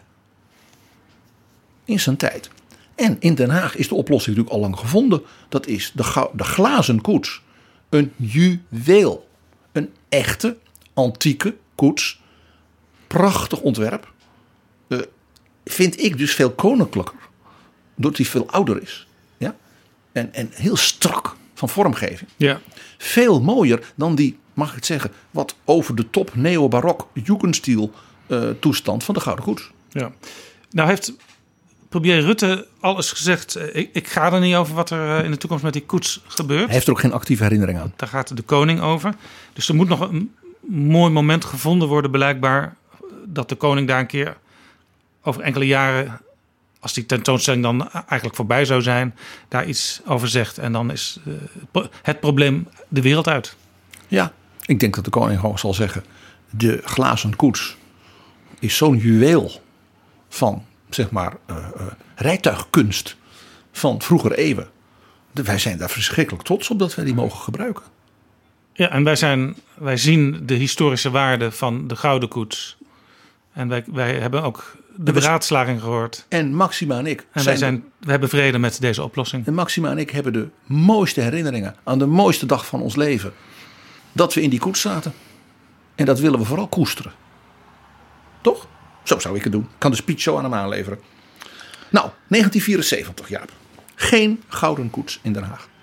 In zijn tijd. En in Den Haag is de oplossing natuurlijk al lang gevonden. Dat is de, ga- de glazen koets. Een juweel. Een echte, antieke koets. Prachtig ontwerp. Uh, vind ik dus veel koninklijker. Doordat hij veel ouder is. Ja? En, en heel strak van vormgeving. Ja. Veel mooier dan die, mag ik het zeggen, wat over de top neo-barok Jugendstil uh, toestand van de Gouden Koets. Ja. Nou heeft premier Rutte alles gezegd. Ik, ik ga er niet over wat er in de toekomst met die koets gebeurt. Hij heeft er ook geen actieve herinnering aan. Daar gaat de koning over. Dus er moet nog een mooi moment gevonden worden, blijkbaar, dat de koning daar een keer over enkele jaren, als die tentoonstelling dan eigenlijk voorbij zou zijn, daar iets over zegt. En dan is uh, het probleem de wereld uit. Ja, ik denk dat de koning gewoon zal zeggen, de glazen koets is zo'n juweel van, zeg maar, uh, uh, rijtuigkunst van vroegere eeuwen. Wij zijn daar verschrikkelijk trots op dat wij die mogen gebruiken. Ja, en wij, zijn, wij zien de historische waarde van de gouden koets. En wij, wij hebben ook de beraadslaging gehoord. En Maxima en ik. En wij, zijn, de, we hebben vrede met deze oplossing. En Maxima en ik hebben de mooiste herinneringen aan de mooiste dag van ons leven. Dat we in die koets zaten. En dat willen we vooral koesteren. Toch? Zo zou ik het doen. Ik kan de speech zo aan hem aanleveren. Nou, negentien vierenzeventig, Jaap. Geen gouden koets in Den Haag.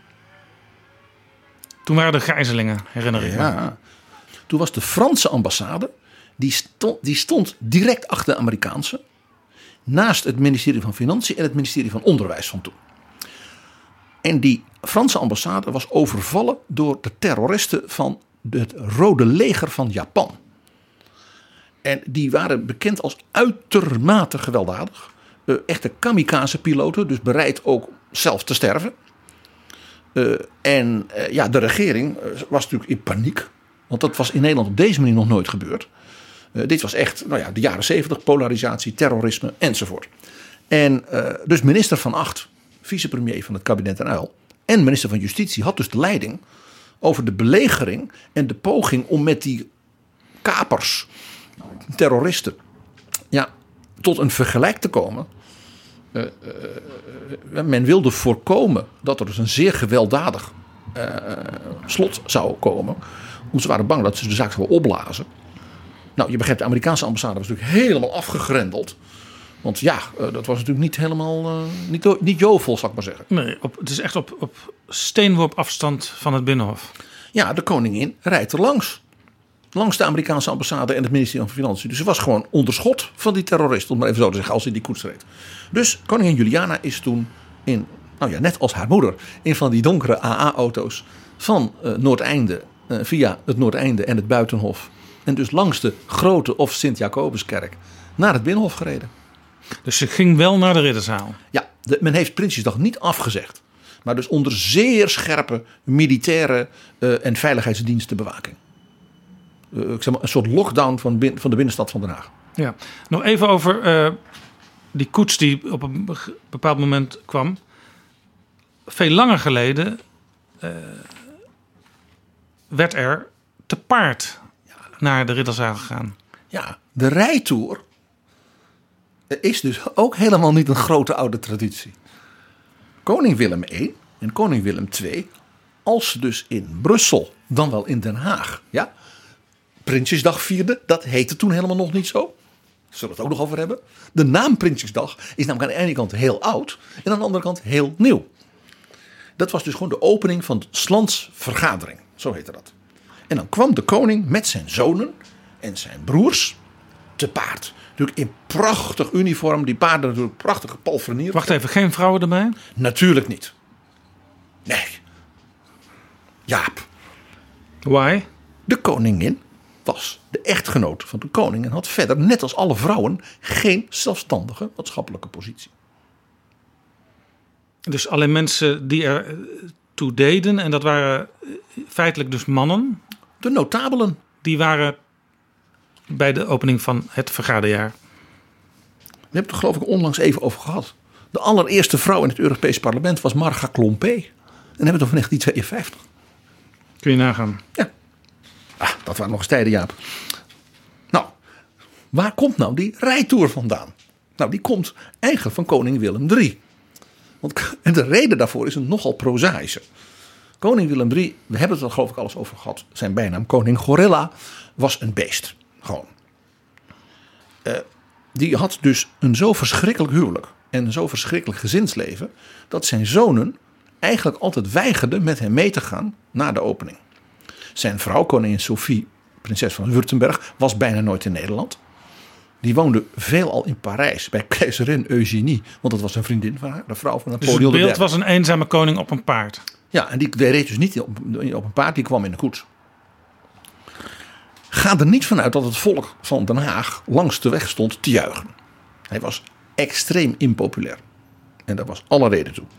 Toen waren er gijzelingen, herinner ik me. Ja. Toen was de Franse ambassade, die stond, die stond direct achter de Amerikaanse. Naast het ministerie van Financiën en het ministerie van Onderwijs van toen. En die Franse ambassade was overvallen door de terroristen van het Rode Leger van Japan. En die waren bekend als uitermate gewelddadig. Uh, echte kamikaze-piloten, dus bereid ook zelf te sterven. Uh, en uh, ja, de regering uh, was natuurlijk in paniek. Want dat was in Nederland op deze manier nog nooit gebeurd. Uh, dit was echt, nou ja, de jaren zeventig, polarisatie, terrorisme enzovoort. En uh, dus minister Van Agt, vicepremier van het kabinet Den Uyl, en minister van Justitie had dus de leiding over de belegering en de poging om met die kapers, terroristen, ja, tot een vergelijk te komen Uh, uh, men wilde voorkomen dat er dus een zeer gewelddadig uh, slot zou komen. Want ze waren bang dat ze de zaak zouden opblazen. Nou, je begrijpt, de Amerikaanse ambassade was natuurlijk helemaal afgegrendeld. Want ja, uh, dat was natuurlijk niet helemaal, uh, niet, niet jovel, zal ik maar zeggen. Nee, op, het is echt op, op steenworp afstand van het Binnenhof. Ja, de koningin rijdt er langs. Langs de Amerikaanse ambassade en het ministerie van Financiën. Dus ze was gewoon onder schot van die terrorist, om maar even zo te zeggen, als hij die koets reed. Dus koningin Juliana is toen in, nou ja, net als haar moeder, in van die donkere A A-auto's van uh, Noordeinde, uh, via het Noordeinde en het Buitenhof. En dus langs de grote of Sint-Jacobuskerk naar het Binnenhof gereden. Dus ze ging wel naar de Ridderzaal? Ja, de, men heeft Prinsjesdag niet afgezegd. Maar dus onder zeer scherpe militaire uh, en veiligheidsdienstenbewaking. Uh, ik zeg maar, een soort lockdown van, bin, van de binnenstad van Den Haag. Ja, nog even over uh, die koets die op een bepaald moment kwam. Veel langer geleden uh, werd er te paard naar de Ridderzaal gegaan. Ja, de rijtour is dus ook helemaal niet een grote oude traditie. Koning Willem de Eerste en koning Willem de Tweede, als ze dus in Brussel, dan wel in Den Haag, ja, Prinsjesdag vierden, dat heette toen helemaal nog niet zo. Zullen we het ook nog over hebben? De naam Prinsjesdag is namelijk aan de ene kant heel oud en aan de andere kant heel nieuw. Dat was dus gewoon de opening van de 's lands vergadering, zo heette dat. En dan kwam de koning met zijn zonen en zijn broers te paard. Natuurlijk in prachtig uniform, die paarden natuurlijk prachtige palfrenieren. Wacht even, geen vrouwen erbij? Natuurlijk niet. Nee. Jaap. Why? De koningin was de echtgenoot van de koning en had verder, net als alle vrouwen, geen zelfstandige maatschappelijke positie. Dus alleen mensen die er toe deden, en dat waren feitelijk dus mannen. De notabelen. Die waren bij de opening van het vergaderjaar. We hebben het er geloof ik onlangs even over gehad. De allereerste vrouw in het Europees Parlement was Marga Klompé. En dan hebben we het over negentien tweeënvijftig. Kun je nagaan. Ja. Ah, dat waren nog eens tijden, Jaap. Nou, waar komt nou die rijtour vandaan? Nou, die komt eigenlijk van koning Willem de Eerste. Want, en de reden daarvoor is een nogal prozaïsche. Koning Willem de Eerste, we hebben het er geloof ik alles over gehad. Zijn bijnaam koning Gorilla was een beest. Gewoon. Uh, die had dus een zo verschrikkelijk huwelijk en een zo verschrikkelijk gezinsleven, dat zijn zonen eigenlijk altijd weigerden met hem mee te gaan naar de opening. Zijn vrouw, koningin Sophie, prinses van Württemberg, was bijna nooit in Nederland. Die woonde veelal in Parijs bij keizerin Eugénie, want dat was een vriendin van haar, de vrouw van Napoleon Dus het de beeld was een eenzame koning op een paard. Ja, en die, die reed dus niet op, op een paard, die kwam in de koets. Ga er niet vanuit dat het volk van Den Haag langs de weg stond te juichen. Hij was extreem impopulair. En daar was alle reden toe.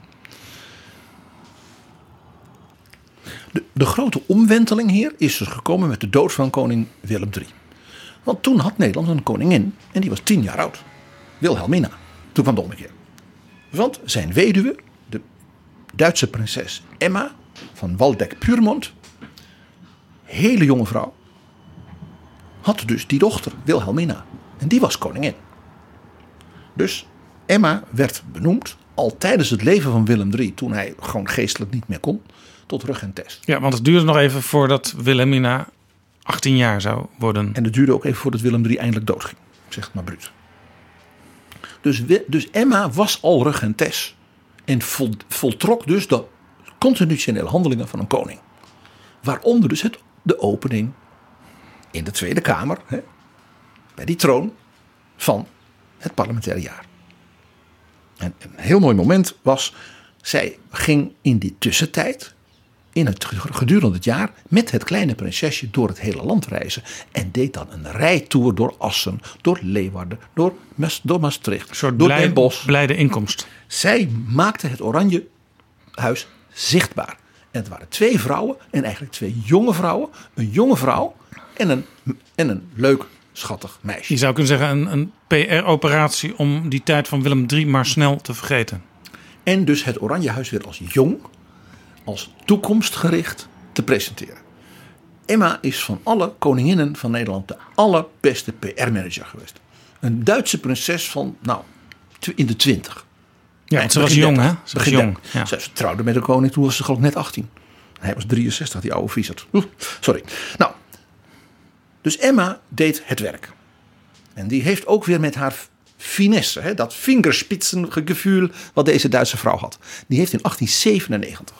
De, de grote omwenteling hier is dus gekomen met de dood van koning Willem de Eerste. Want toen had Nederland een koningin en die was tien jaar oud. Wilhelmina. Toen kwam de ommekeer. Want zijn weduwe, de Duitse prinses Emma van Waldeck-Pyrmont, hele jonge vrouw, had dus die dochter, Wilhelmina. En die was koningin. Dus Emma werd benoemd al tijdens het leven van Willem de Eerste, toen hij gewoon geestelijk niet meer kon, tot regentes. Ja, want het duurde nog even voordat Wilhelmina achttien jaar zou worden. En het duurde ook even voordat Willem de Eerste eindelijk doodging. Zeg het maar bruut. Dus, dus Emma was al regentes. En vol, voltrok dus de constitutionele handelingen van een koning. Waaronder dus het, de opening in de Tweede Kamer, hè, bij die troon van het parlementaire jaar. En een heel mooi moment was, zij ging in die tussentijd, in het gedurende het jaar, met het kleine prinsesje door het hele land reizen. En deed dan een rijtour door Assen, door Leeuwarden, door, door Maastricht, een soort door blij, Den Bosch. Blijde inkomst. Zij maakte het Oranje Huis zichtbaar. En het waren twee vrouwen, en eigenlijk twee jonge vrouwen. Een jonge vrouw en een, en een leuk, schattig meisje. Je zou kunnen zeggen een, een P R-operatie om die tijd van Willem de Eerste maar snel te vergeten. En dus het Oranje Huis weer als jong, als toekomstgericht te presenteren. Emma is van alle koninginnen van Nederland de allerbeste P R-manager geweest. Een Duitse prinses van, nou, in de twintig. Ja, want ze was jong, hè? Ze was jong. Ja. Ze, ze trouwde met de koning, toen was ze geloof ik net achttien. Hij was drieënzestig, die oude Viezert. Oeh, sorry. Nou, dus Emma deed het werk. En die heeft ook weer met haar finesse, hè, dat vingerspitsengevoel wat deze Duitse vrouw had. Die heeft in achttien zevenennegentig.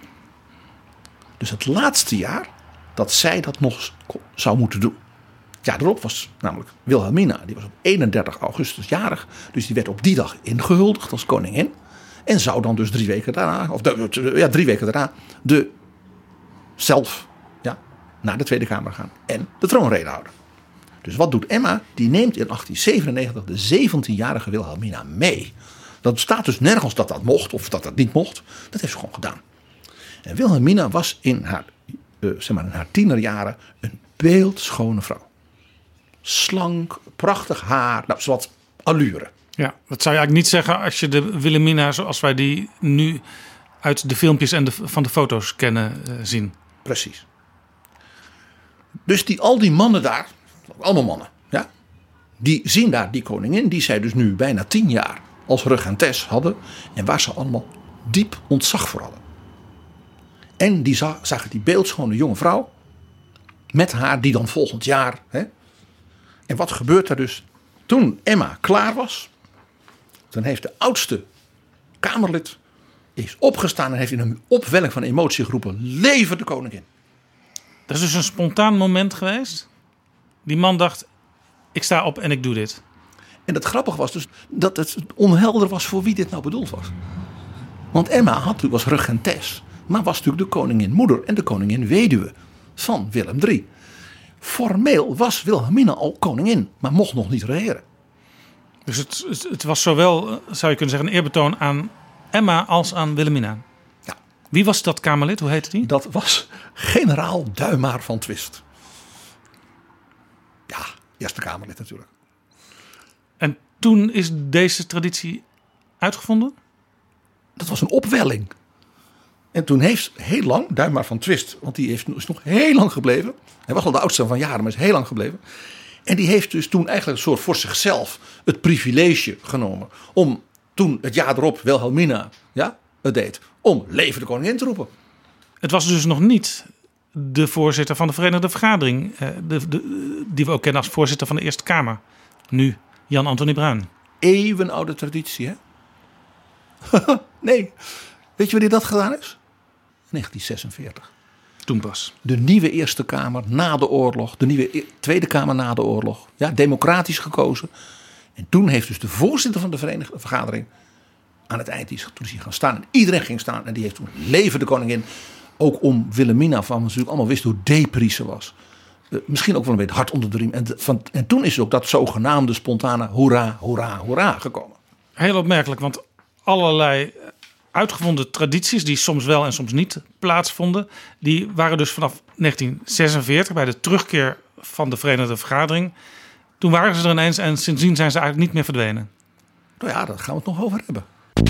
Dus het laatste jaar dat zij dat nog zou moeten doen. Het jaar erop was namelijk Wilhelmina. Die was op eenendertig augustus jarig. Dus die werd op die dag ingehuldigd als koningin. En zou dan dus drie weken daarna, of de, ja, drie weken daarna, de zelf ja, naar de Tweede Kamer gaan. En de troonrede houden. Dus wat doet Emma? Die neemt in achttien zevenennegentig de zeventienjarige Wilhelmina mee. Dat staat dus nergens dat dat mocht of dat dat niet mocht. Dat heeft ze gewoon gedaan. En Wilhelmina was in haar, uh, zeg maar in haar tienerjaren een beeldschone vrouw. Slank, prachtig haar, nou, zowat allure. Ja, dat zou je eigenlijk niet zeggen als je de Wilhelmina zoals wij die nu uit de filmpjes en de, van de foto's kennen uh, zien. Precies. Dus die, al die mannen daar, allemaal mannen, ja, die zien daar die koningin, die zij dus nu bijna tien jaar als regentes hadden en waar ze allemaal diep ontzag voor hadden. En die zag, zagen die beeldschone jonge vrouw met haar die dan volgend jaar. Hè, en wat gebeurt er dus? Toen Emma klaar was, dan heeft de oudste Kamerlid is opgestaan en heeft in een opwelling van emotie geroepen: leven de koningin. Dat is dus een spontaan moment geweest. Die man dacht, ik sta op en ik doe dit. En het grappige was dus dat het onhelder was voor wie dit nou bedoeld was. Want Emma had, was regentes, maar was natuurlijk de koningin moeder en de koningin weduwe van Willem de derde. Formeel was Wilhelmina al koningin, maar mocht nog niet regeren. Dus het, het, het was zowel, zou je kunnen zeggen, een eerbetoon aan Emma als aan Wilhelmina. Ja. Wie was dat Kamerlid? Hoe heette die? Dat was generaal Duimaar van Twist. Ja, Eerste Kamerlid natuurlijk. En toen is deze traditie uitgevonden? Dat was een opwelling. En toen heeft heel lang, Duimaar van Twist, want die heeft, is nog heel lang gebleven. Hij was al de oudste van jaren, maar is heel lang gebleven. En die heeft dus toen eigenlijk een soort voor zichzelf het privilege genomen om toen het jaar erop Wilhelmina ja, het deed, om leven de koningin te roepen. Het was dus nog niet de voorzitter van de Verenigde Vergadering, de, de, die we ook kennen als voorzitter van de Eerste Kamer. Nu Jan Antonie Bruin. Eeuwenoude traditie, hè? Nee. Weet je wanneer dat gedaan is? negentien zesenveertig. Toen pas. De nieuwe Eerste Kamer na de oorlog. De nieuwe Tweede Kamer na de oorlog. Ja, democratisch gekozen. En toen heeft dus de voorzitter van de Verenigde Vergadering aan het eind, toen is hij gaan staan. En iedereen ging staan. En die heeft toen leven de koningin. Ook om Wilhelmina, van we natuurlijk allemaal wisten hoe depri ze was. Uh, misschien ook wel een beetje hard onder de riem. En, de, van, en toen is ook dat zogenaamde spontane hoera, hoera, hoera gekomen. Heel opmerkelijk, want allerlei uitgevonden tradities die soms wel en soms niet plaatsvonden, die waren dus vanaf negentien zesenveertig bij de terugkeer van de Verenigde Vergadering. Toen waren ze er ineens en sindsdien zijn ze eigenlijk niet meer verdwenen. Nou ja, daar gaan we het nog over hebben.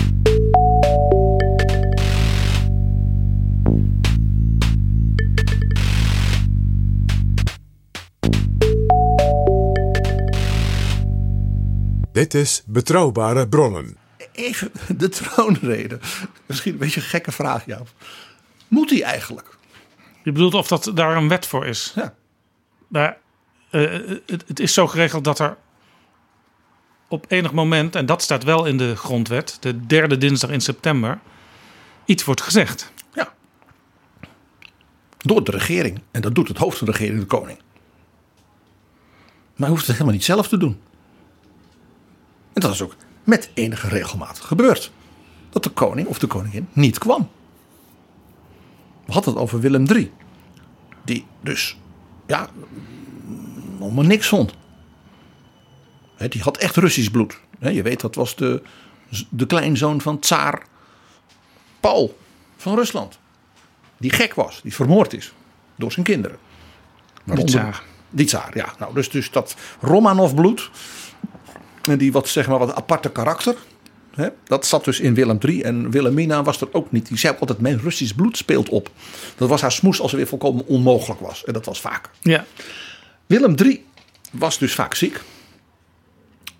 Dit is Betrouwbare Bronnen. Even de troonrede. Misschien een beetje een gekke vraag, Jaap. Moet die eigenlijk? Je bedoelt of dat daar een wet voor is? Ja. Maar, uh, het, het is zo geregeld dat er op enig moment, en dat staat wel in de grondwet, de derde dinsdag in september, iets wordt gezegd. Ja. Door de regering. En dat doet het hoofd van de regering, de koning. Maar hij hoeft het helemaal niet zelf te doen. En dat is ook met enige regelmaat gebeurd. Dat de koning of de koningin niet kwam. We hadden het over Willem de derde. Die dus, ja, helemaal niks vond. He, die had echt Russisch bloed. He, je weet, dat was de, de kleinzoon van tsaar Paul van Rusland. Die gek was, die vermoord is door zijn kinderen. Die tsaar. Die tsaar, ja. Nou, dus, dus dat Romanov bloed. En die wat, zeg maar, wat aparte karakter. Hè, dat zat dus in Willem de derde. En Wilhelmina was er ook niet. Die zei ook altijd, mijn Russisch bloed speelt op. Dat was haar smoes als ze weer volkomen onmogelijk was. En dat was vaak. Ja. Willem de derde was dus vaak ziek.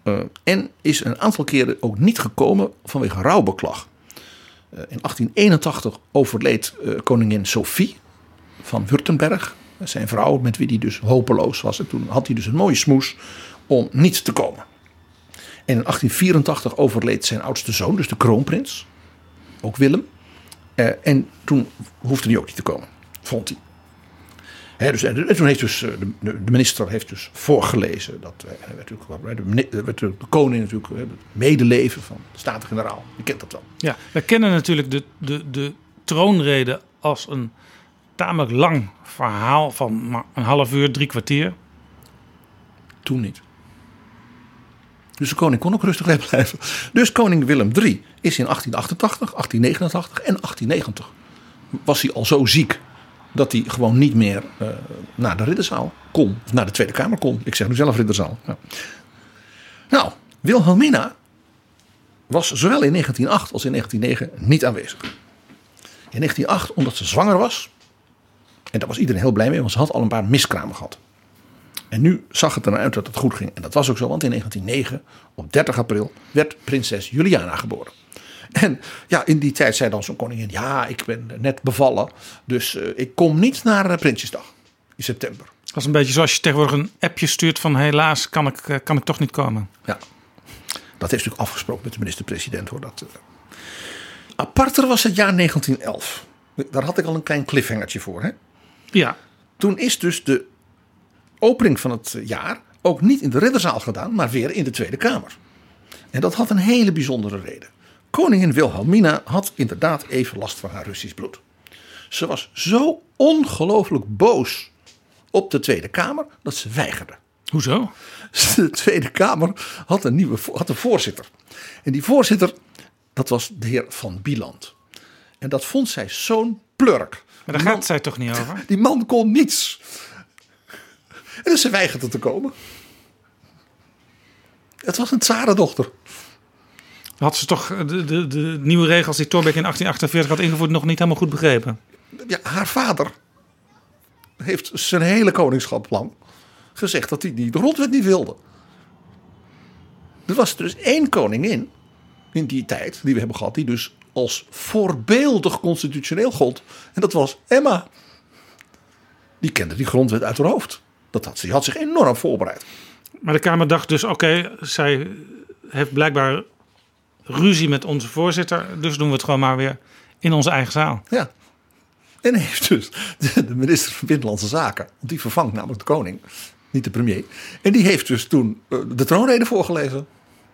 Uh, en is een aantal keren ook niet gekomen vanwege rouwbeklag. Uh, in achttien eenentachtig overleed uh, koningin Sophie van Württemberg. Zijn vrouw, met wie hij dus hopeloos was. En toen had hij dus een mooie smoes om niet te komen. En in achttien vierentachtig overleed zijn oudste zoon, dus de kroonprins. Ook Willem. Uh, en toen hoefde hij ook niet te komen, vond hij. He, dus, en toen heeft dus de, de minister heeft dus voorgelezen. Dat, en werd natuurlijk, de, werd de koning natuurlijk het medeleven van de Staten-Generaal. Je kent dat wel. Ja, we kennen natuurlijk de, de, de troonrede als een tamelijk lang verhaal van een half uur, drie kwartier. Toen niet. Dus de koning kon ook rustig wegblijven. Dus koning Willem de derde is in achttien achtentachtig, achttien negenentachtig en achttien negentig. Was hij al zo ziek dat hij gewoon niet meer uh, naar de ridderzaal kon. Of naar de Tweede Kamer kon. Ik zeg nu zelf ridderzaal. Nou, nou Wilhelmina was zowel in negentien acht als in negentien negen niet aanwezig. In negentien acht omdat ze zwanger was. En daar was iedereen heel blij mee, want ze had al een paar miskramen gehad. En nu zag het er uit dat het goed ging. En dat was ook zo, want in negentien negen, op dertig april, werd prinses Juliana geboren. En ja, in die tijd zei dan zo'n koningin, ja, ik ben net bevallen. Dus uh, ik kom niet naar uh, Prinsjesdag in september. Dat is een beetje zoals je tegenwoordig een appje stuurt van helaas kan ik, uh, kan ik toch niet komen. Ja, dat heeft natuurlijk afgesproken met de minister-president, hoor. Dat, uh. Aparter was het jaar negentien elf. Daar had ik al een klein cliffhangertje voor, hè? Ja. Toen is dus de opening van het jaar ook niet in de ridderzaal gedaan, maar weer in de Tweede Kamer. En dat had een hele bijzondere reden. Koningin Wilhelmina had inderdaad even last van haar Russisch bloed. Ze was zo ongelooflijk boos op de Tweede Kamer dat ze weigerde. Hoezo? De Tweede Kamer had een nieuwe had een voorzitter. En die voorzitter, dat was de heer Van Bieland. En dat vond zij zo'n plurk. Maar daar gaat man, zij toch niet over? Die man kon niets. En dus ze weigerde te komen. Het was een tsarendochter. Had ze toch de, de, de nieuwe regels die Thorbecke in achttien achtenveertig had ingevoerd nog niet helemaal goed begrepen? Ja, haar vader heeft zijn hele koningschap lang gezegd dat hij die de grondwet niet wilde. Er was dus één koningin in die tijd die we hebben gehad, die dus als voorbeeldig constitutioneel gold. En dat was Emma. Die kende die grondwet uit haar hoofd. Dat had ze. Die had zich enorm voorbereid. Maar de Kamer dacht dus, oké, okay, zij heeft blijkbaar ruzie met onze voorzitter. Dus doen we het gewoon maar weer in onze eigen zaal. Ja. En heeft dus de minister van Binnenlandse Zaken, want die vervangt namelijk de koning, niet de premier. En die heeft dus toen de troonrede voorgelezen.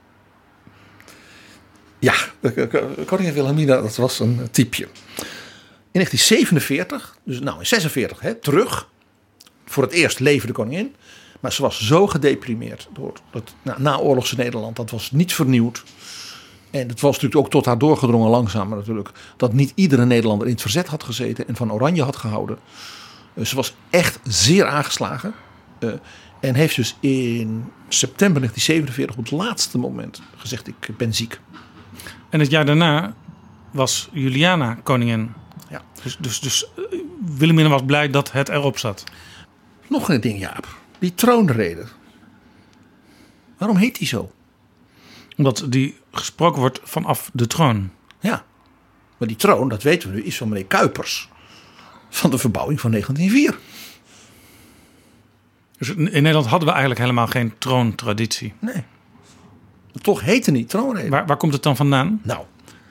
Ja, koningin Wilhelmina, dat was een typeje. In negentien zevenenveertig, dus nou in zesenveertig, hè, terug. Voor het eerst leefde de koningin. Maar ze was zo gedeprimeerd door het nou, naoorlogse Nederland. Dat was niet vernieuwd. En het was natuurlijk ook tot haar doorgedrongen langzamer natuurlijk. Dat niet iedere Nederlander in het verzet had gezeten en van Oranje had gehouden. Uh, ze was echt zeer aangeslagen. Uh, en heeft dus in september negentien zevenenveertig op het laatste moment gezegd, ik ben ziek. En het jaar daarna was Juliana koningin. Ja. Dus, dus, dus uh, Wilhelmina was blij dat het erop zat. Nog een ding, Jaap. Die troonrede. Waarom heet die zo? Omdat die gesproken wordt vanaf de troon. Ja. Maar die troon, dat weten we nu, is van meneer Kuipers. Van de verbouwing van negentien oh vier. Dus in Nederland hadden we eigenlijk helemaal geen troontraditie. Nee. Toch heette niet troonrede. Waar, waar komt het dan vandaan? Nou.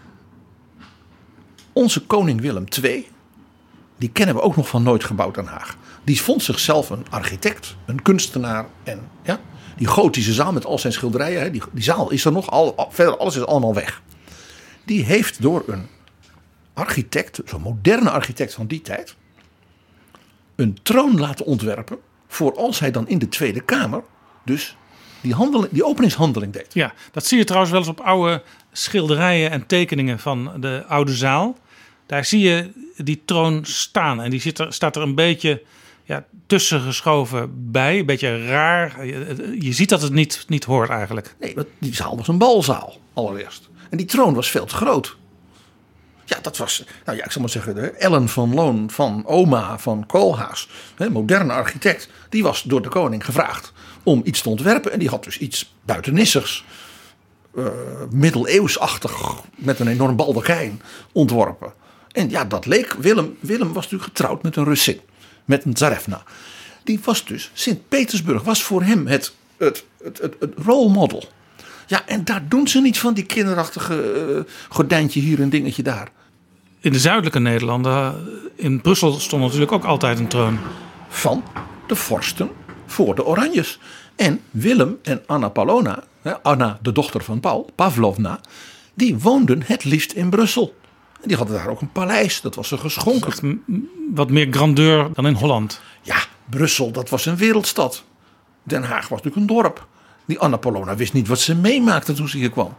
Onze koning Willem de tweede. Die kennen we ook nog van Nooit gebouwd Den Haag. Die vond zichzelf een architect, een kunstenaar. En ja, die gotische zaal met al zijn schilderijen. Hè, die, die zaal is er nog. Al, verder, alles is allemaal weg. Die heeft door een architect, zo'n moderne architect van die tijd, een troon laten ontwerpen. Voor als hij dan in de Tweede Kamer dus die, handeling, die openingshandeling deed. Ja, dat zie je trouwens wel eens op oude schilderijen en tekeningen van de oude zaal. Daar zie je die troon staan. En die zit er, staat er een beetje ja, tussen geschoven bij. Een beetje raar. Je, je ziet dat het niet, niet hoort eigenlijk. Nee, die zaal was een balzaal allereerst. En die troon was veel te groot. Ja, dat was, nou ja, ik zal maar zeggen, de Ellen van Loon van oma van Koolhaas, hè, moderne architect, die was door de koning gevraagd om iets te ontwerpen. En die had dus iets buitennissigs, uh, middeleeuwsachtig, met een enorm baldakijn ontworpen. En ja, dat leek, Willem, Willem was natuurlijk getrouwd met een Russin, met een Tsarevna. Die was dus, Sint-Petersburg was voor hem het, het, het, het, het role model. Ja, en daar doen ze niet van die kinderachtige uh, gordijntje hier en dingetje daar. In de zuidelijke Nederlanden, in Brussel stond natuurlijk ook altijd een troon. Van de vorsten voor de Oranjes. En Willem en Anna Paulowna, Anna de dochter van Paul, Pavlovna, die woonden het liefst in Brussel. En die hadden daar ook een paleis, dat was ze geschonken. Wat meer grandeur dan in Holland. Ja, Brussel, dat was een wereldstad. Den Haag was natuurlijk een dorp. Die Anna Paulowna wist niet wat ze meemaakte toen ze hier kwam.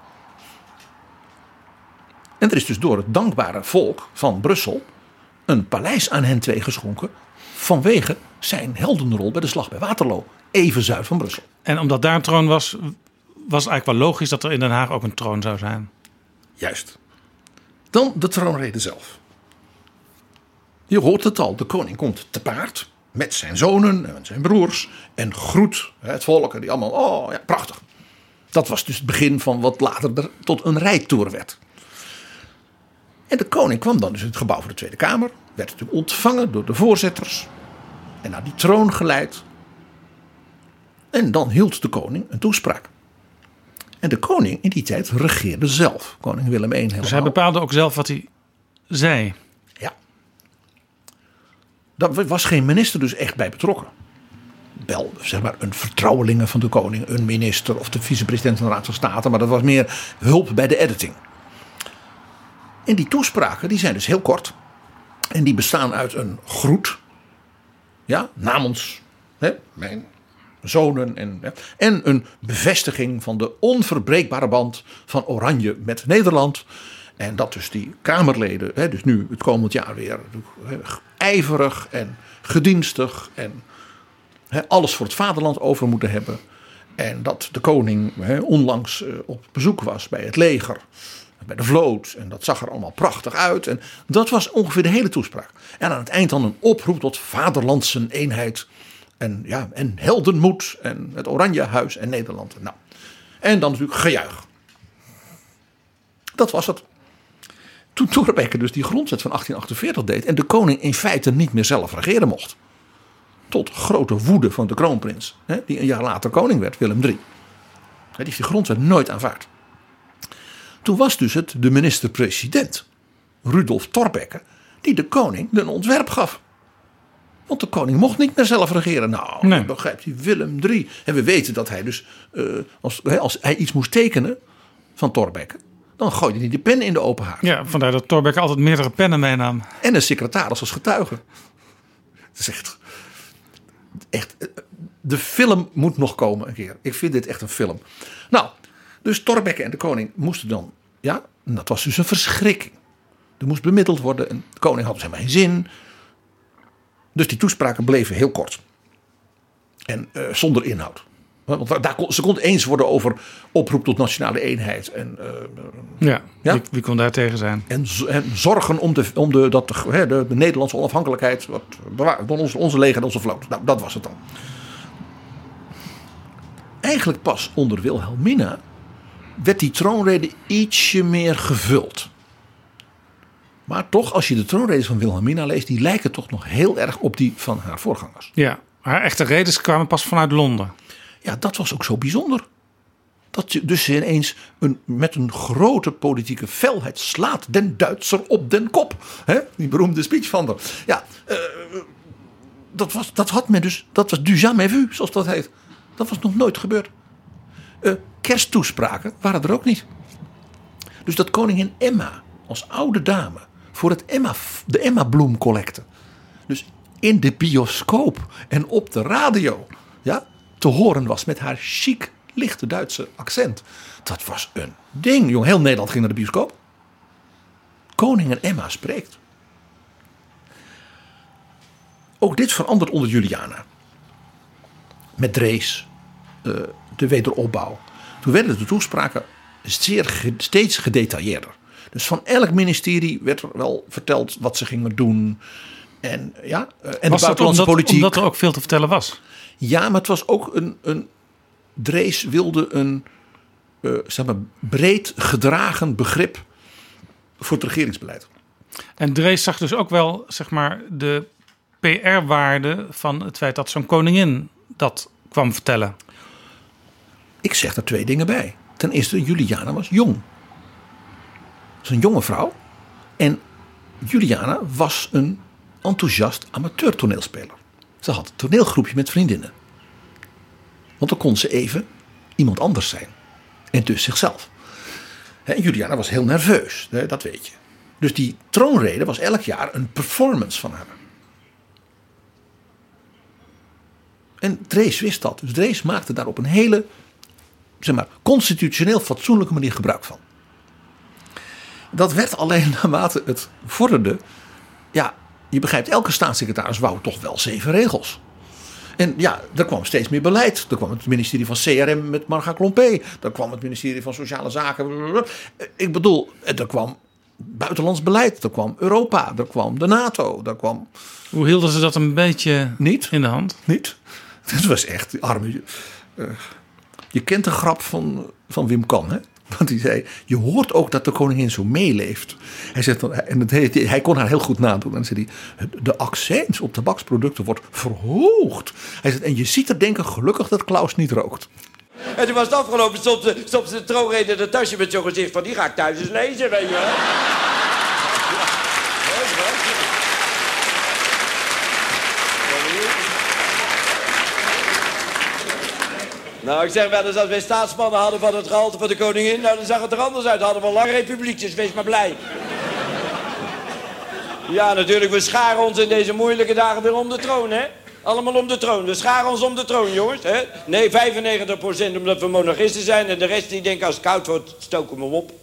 En er is dus door het dankbare volk van Brussel een paleis aan hen twee geschonken vanwege zijn heldenrol bij de slag bij Waterloo, even zuid van Brussel. En omdat daar een troon was, was eigenlijk wel logisch dat er in Den Haag ook een troon zou zijn. Juist. Dan de troonrede zelf. Je hoort het al, de koning komt te paard met zijn zonen en zijn broers en groet het volk en die allemaal, oh ja, prachtig. Dat was dus het begin van wat later er tot een rijtoer werd. En de koning kwam dan dus in het gebouw van de Tweede Kamer, werd natuurlijk ontvangen door de voorzitters en naar die troon geleid. En dan hield de koning een toespraak. En de koning in die tijd regeerde zelf, koning Willem de Eerste helemaal. Dus hij bepaalde ook zelf wat hij zei. Ja. Daar was geen minister dus echt bij betrokken. Wel, zeg maar, een vertrouwelinge van de koning, een minister of de vicepresident van de Raad van State, maar dat was meer hulp bij de editing. En die toespraken die zijn dus heel kort. En die bestaan uit een groet. Ja, namens hè, mijn zonen. En, ja, en een bevestiging van de onverbreekbare band van Oranje met Nederland. En dat dus die Kamerleden, hè, dus nu het komend jaar weer hè, ijverig en gedienstig. En hè, alles voor het vaderland over moeten hebben. En dat de koning hè, onlangs uh, op bezoek was bij het leger. Bij de vloot. En dat zag er allemaal prachtig uit. En dat was ongeveer de hele toespraak. En aan het eind dan een oproep tot vaderlandse eenheid. En, ja, en heldenmoed. En het Oranje Huis en Nederland. Nou. En dan natuurlijk gejuich. Dat was het. Toen Thorbecke dus die grondwet van achttien achtenveertig deed. En de koning in feite niet meer zelf regeren mocht. Tot grote woede van de kroonprins. Hè, die een jaar later koning werd, Willem de Derde. Die heeft die grondwet nooit aanvaard. Toen was dus het de minister-president, Rudolf Thorbecke, die de koning een ontwerp gaf. Want de koning mocht niet meer zelf regeren. Nou, nee. Begrijpt u, Willem de Derde. En we weten dat hij dus, uh, als, als hij iets moest tekenen van Thorbecke, dan gooide hij de pen in de open haard. Ja, vandaar dat Thorbecke altijd meerdere pennen meenam. En een secretaris als getuige. Het is echt, echt, de film moet nog komen een keer. Ik vind dit echt een film. Nou, dus Thorbecke en de koning moesten dan, ja, dat was dus een verschrikking. Er moest bemiddeld worden en de koning had dus helemaal geen zin. Dus die toespraken bleven heel kort. En uh, zonder inhoud. Want daar kon, ze kon het eens worden over oproep tot nationale eenheid. En, uh, ja, ja? Wie, wie kon daar tegen zijn? En, en zorgen om, de, om de, dat de, de, de Nederlandse onafhankelijkheid wordt bewaard door onze, onze leger en onze vloot. Nou, dat was het dan. Eigenlijk pas onder Wilhelmina werd die troonrede ietsje meer gevuld. Maar toch, als je de troonredes van Wilhelmina leest, die lijken toch nog heel erg op die van haar voorgangers. Ja, haar echte redes kwamen pas vanuit Londen. Ja, dat was ook zo bijzonder. Dat je dus ineens een, met een grote politieke felheid slaat den Duitser op den kop. Hè? Die beroemde speech van haar. Ja, uh, dat, was, dat had men dus, dat was du jamais vu, zoals dat heet. Dat was nog nooit gebeurd. Uh, kersttoespraken waren er ook niet. Dus dat koningin Emma als oude dame voor het Emma, de Emma bloemcollecte. Dus in de bioscoop en op de radio, ja, te horen was met haar chic, lichte Duitse accent. Dat was een ding, jong. Heel Nederland ging naar de bioscoop. Koningin Emma spreekt. Ook dit verandert onder Juliana. Met Drees, uh, de wederopbouw. Toen werden de toespraken zeer, steeds gedetailleerder. Dus van elk ministerie werd er wel verteld wat ze gingen doen. En, ja, en de was buitenlandse omdat, politiek. Omdat er ook veel te vertellen was? Ja, maar het was ook een... een Drees wilde een uh, zeg maar, breed gedragen begrip voor het regeringsbeleid. En Drees zag dus ook wel, zeg maar, de P R-waarde van het feit dat zo'n koningin dat kwam vertellen. Ik zeg er twee dingen bij. Ten eerste, Juliana was jong. Ze was een jonge vrouw. En Juliana was een enthousiast amateur toneelspeler. Ze had een toneelgroepje met vriendinnen. Want dan kon ze even iemand anders zijn. En dus zichzelf. En Juliana was heel nerveus, dat weet je. Dus die troonrede was elk jaar een performance van haar. En Drees wist dat. Dus Drees maakte daar op een hele, zeg maar, constitutioneel fatsoenlijke manier gebruik van. Dat werd alleen naarmate het vorderde. Ja, je begrijpt, elke staatssecretaris wou toch wel zeven regels. En ja, er kwam steeds meer beleid. Er kwam het ministerie van C R M met Marga Klompé. Er kwam het ministerie van Sociale Zaken. Ik bedoel, er kwam buitenlands beleid. Er kwam Europa. Er kwam de NATO. Er kwam... Hoe hielden ze dat een beetje niet in de hand? Niet. Het was echt arme. Uh, je kent de grap van, van Wim Kan, hè? Want hij zei, je hoort ook dat de koningin zo meeleeft. Hij zegt dan, en het, hij kon haar heel goed nadoen. En dan zei hij, de accents op tabaksproducten wordt verhoogd. Hij zegt, en je ziet er denken, gelukkig dat Klaus niet rookt. En toen was het afgelopen, stond ze, stond ze de troonrede in de tasje met zo'n gezicht van, die ga ik thuis eens lezen, weet je wel. Nou, ik zeg wel eens, als wij staatsmannen hadden van het gehalte van de koningin, nou, dan zag het er anders uit. Hadden we een lange republiekjes, wees maar blij. Ja, natuurlijk, we scharen ons in deze moeilijke dagen weer om de troon, hè? Allemaal om de troon. We scharen ons om de troon, jongens, hè? Nee, vijfennegentig procent omdat we monarchisten zijn en de rest die denken als het koud wordt, stoken we op.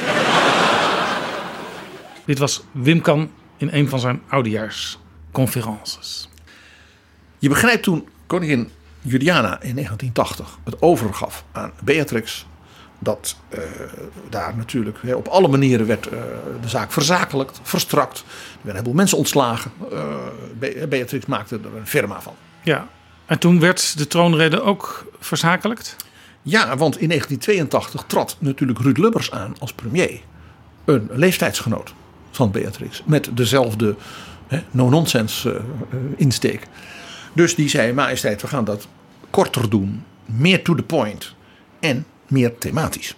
Dit was Wim Kan in een van zijn oudejaarsconferences. Je begrijpt, toen koningin Juliana in negentien tachtig het overgaf aan Beatrix, dat uh, daar natuurlijk he, op alle manieren werd uh, de zaak verzakelijkt, verstrakt. Er werden een heleboel mensen ontslagen. Uh, Be- Beatrix maakte er een firma van. Ja, en toen werd de troonrede ook verzakelijkt? Ja, want in negentien tweeëntachtig trad natuurlijk Ruud Lubbers aan als premier. Een leeftijdsgenoot van Beatrix. Met dezelfde he, no-nonsense uh, uh, insteek. Dus die zei, majesteit, we gaan dat korter doen. Meer to the point. En meer thematisch.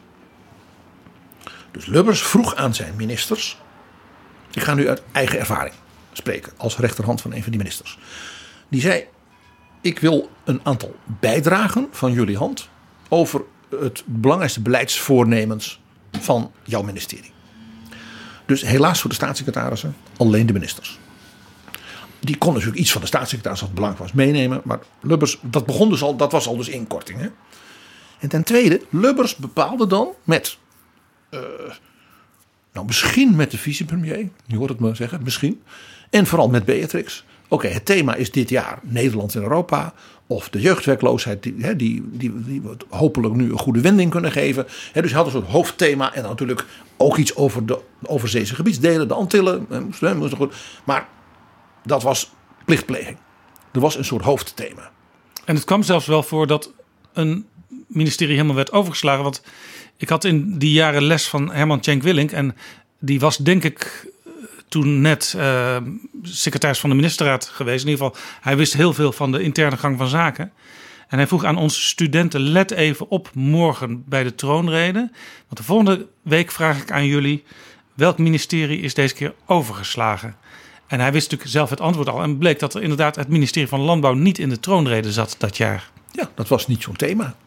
Dus Lubbers vroeg aan zijn ministers. Ik ga nu uit eigen ervaring spreken. Als rechterhand van een van die ministers. Die zei, ik wil een aantal bijdragen van jullie hand. Over het belangrijkste beleidsvoornemens van jouw ministerie. Dus helaas voor de staatssecretarissen alleen de ministers. Die kon natuurlijk iets van de staatssecretaris wat belangrijk was meenemen. Maar Lubbers, dat begon dus al, dat was al dus inkorting. Hè? En ten tweede, Lubbers bepaalde dan met, uh, nou misschien met de vicepremier. Je hoort het me zeggen, misschien. En vooral met Beatrix. Oké, okay, het thema is dit jaar Nederland in Europa. Of de jeugdwerkloosheid die, die, die, die, die we hopelijk nu een goede wending kunnen geven. He, dus hij had een soort hoofdthema. En natuurlijk ook iets over de overzeese gebiedsdelen. De Antillen. Maar dat was plichtpleging. Er was een soort hoofdthema. En het kwam zelfs wel voor dat een ministerie helemaal werd overgeslagen. Want ik had in die jaren les van Herman Tjenk Willink. En die was denk ik toen net uh, secretaris van de ministerraad geweest. In ieder geval, hij wist heel veel van de interne gang van zaken. En hij vroeg aan onze studenten, let even op morgen bij de troonrede. Want de volgende week vraag ik aan jullie, welk ministerie is deze keer overgeslagen? En hij wist natuurlijk zelf het antwoord al. En bleek dat er inderdaad het ministerie van Landbouw niet in de troonrede zat dat jaar. Ja, dat was niet zo'n thema.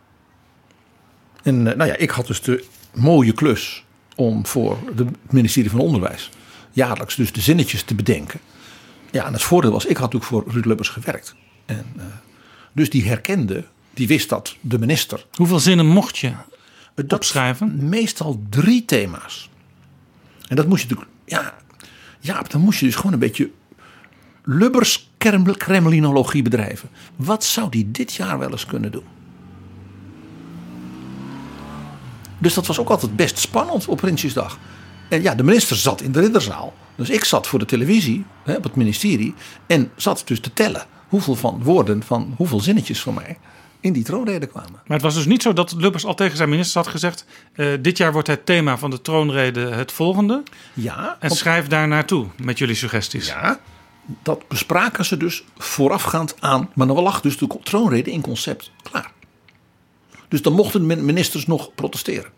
En nou ja, ik had dus de mooie klus om voor het ministerie van Onderwijs jaarlijks dus de zinnetjes te bedenken. Ja, en het voordeel was, ik had natuurlijk voor Ruud Lubbers gewerkt. En uh, dus die herkende, die wist dat de minister. Hoeveel zinnen mocht je dat opschrijven? Meestal drie thema's. En dat moest je natuurlijk, ja, ja, dan moest je dus gewoon een beetje Lubbers kremlinologie bedrijven. Wat zou die dit jaar wel eens kunnen doen? Dus dat was ook altijd best spannend op Prinsjesdag. En ja, de minister zat in de ridderzaal. Dus ik zat voor de televisie hè, op het ministerie. En zat dus te tellen hoeveel van woorden, van hoeveel zinnetjes van mij in die troonrede kwamen. Maar het was dus niet zo dat Lubbers al tegen zijn ministers had gezegd... Uh, dit jaar wordt het thema van de troonrede het volgende. Ja. En want, schrijf daar naartoe met jullie suggesties. Ja, dat bespraken ze dus voorafgaand aan. Maar dan lag dus de troonrede in concept klaar. Dus dan mochten de ministers nog protesteren.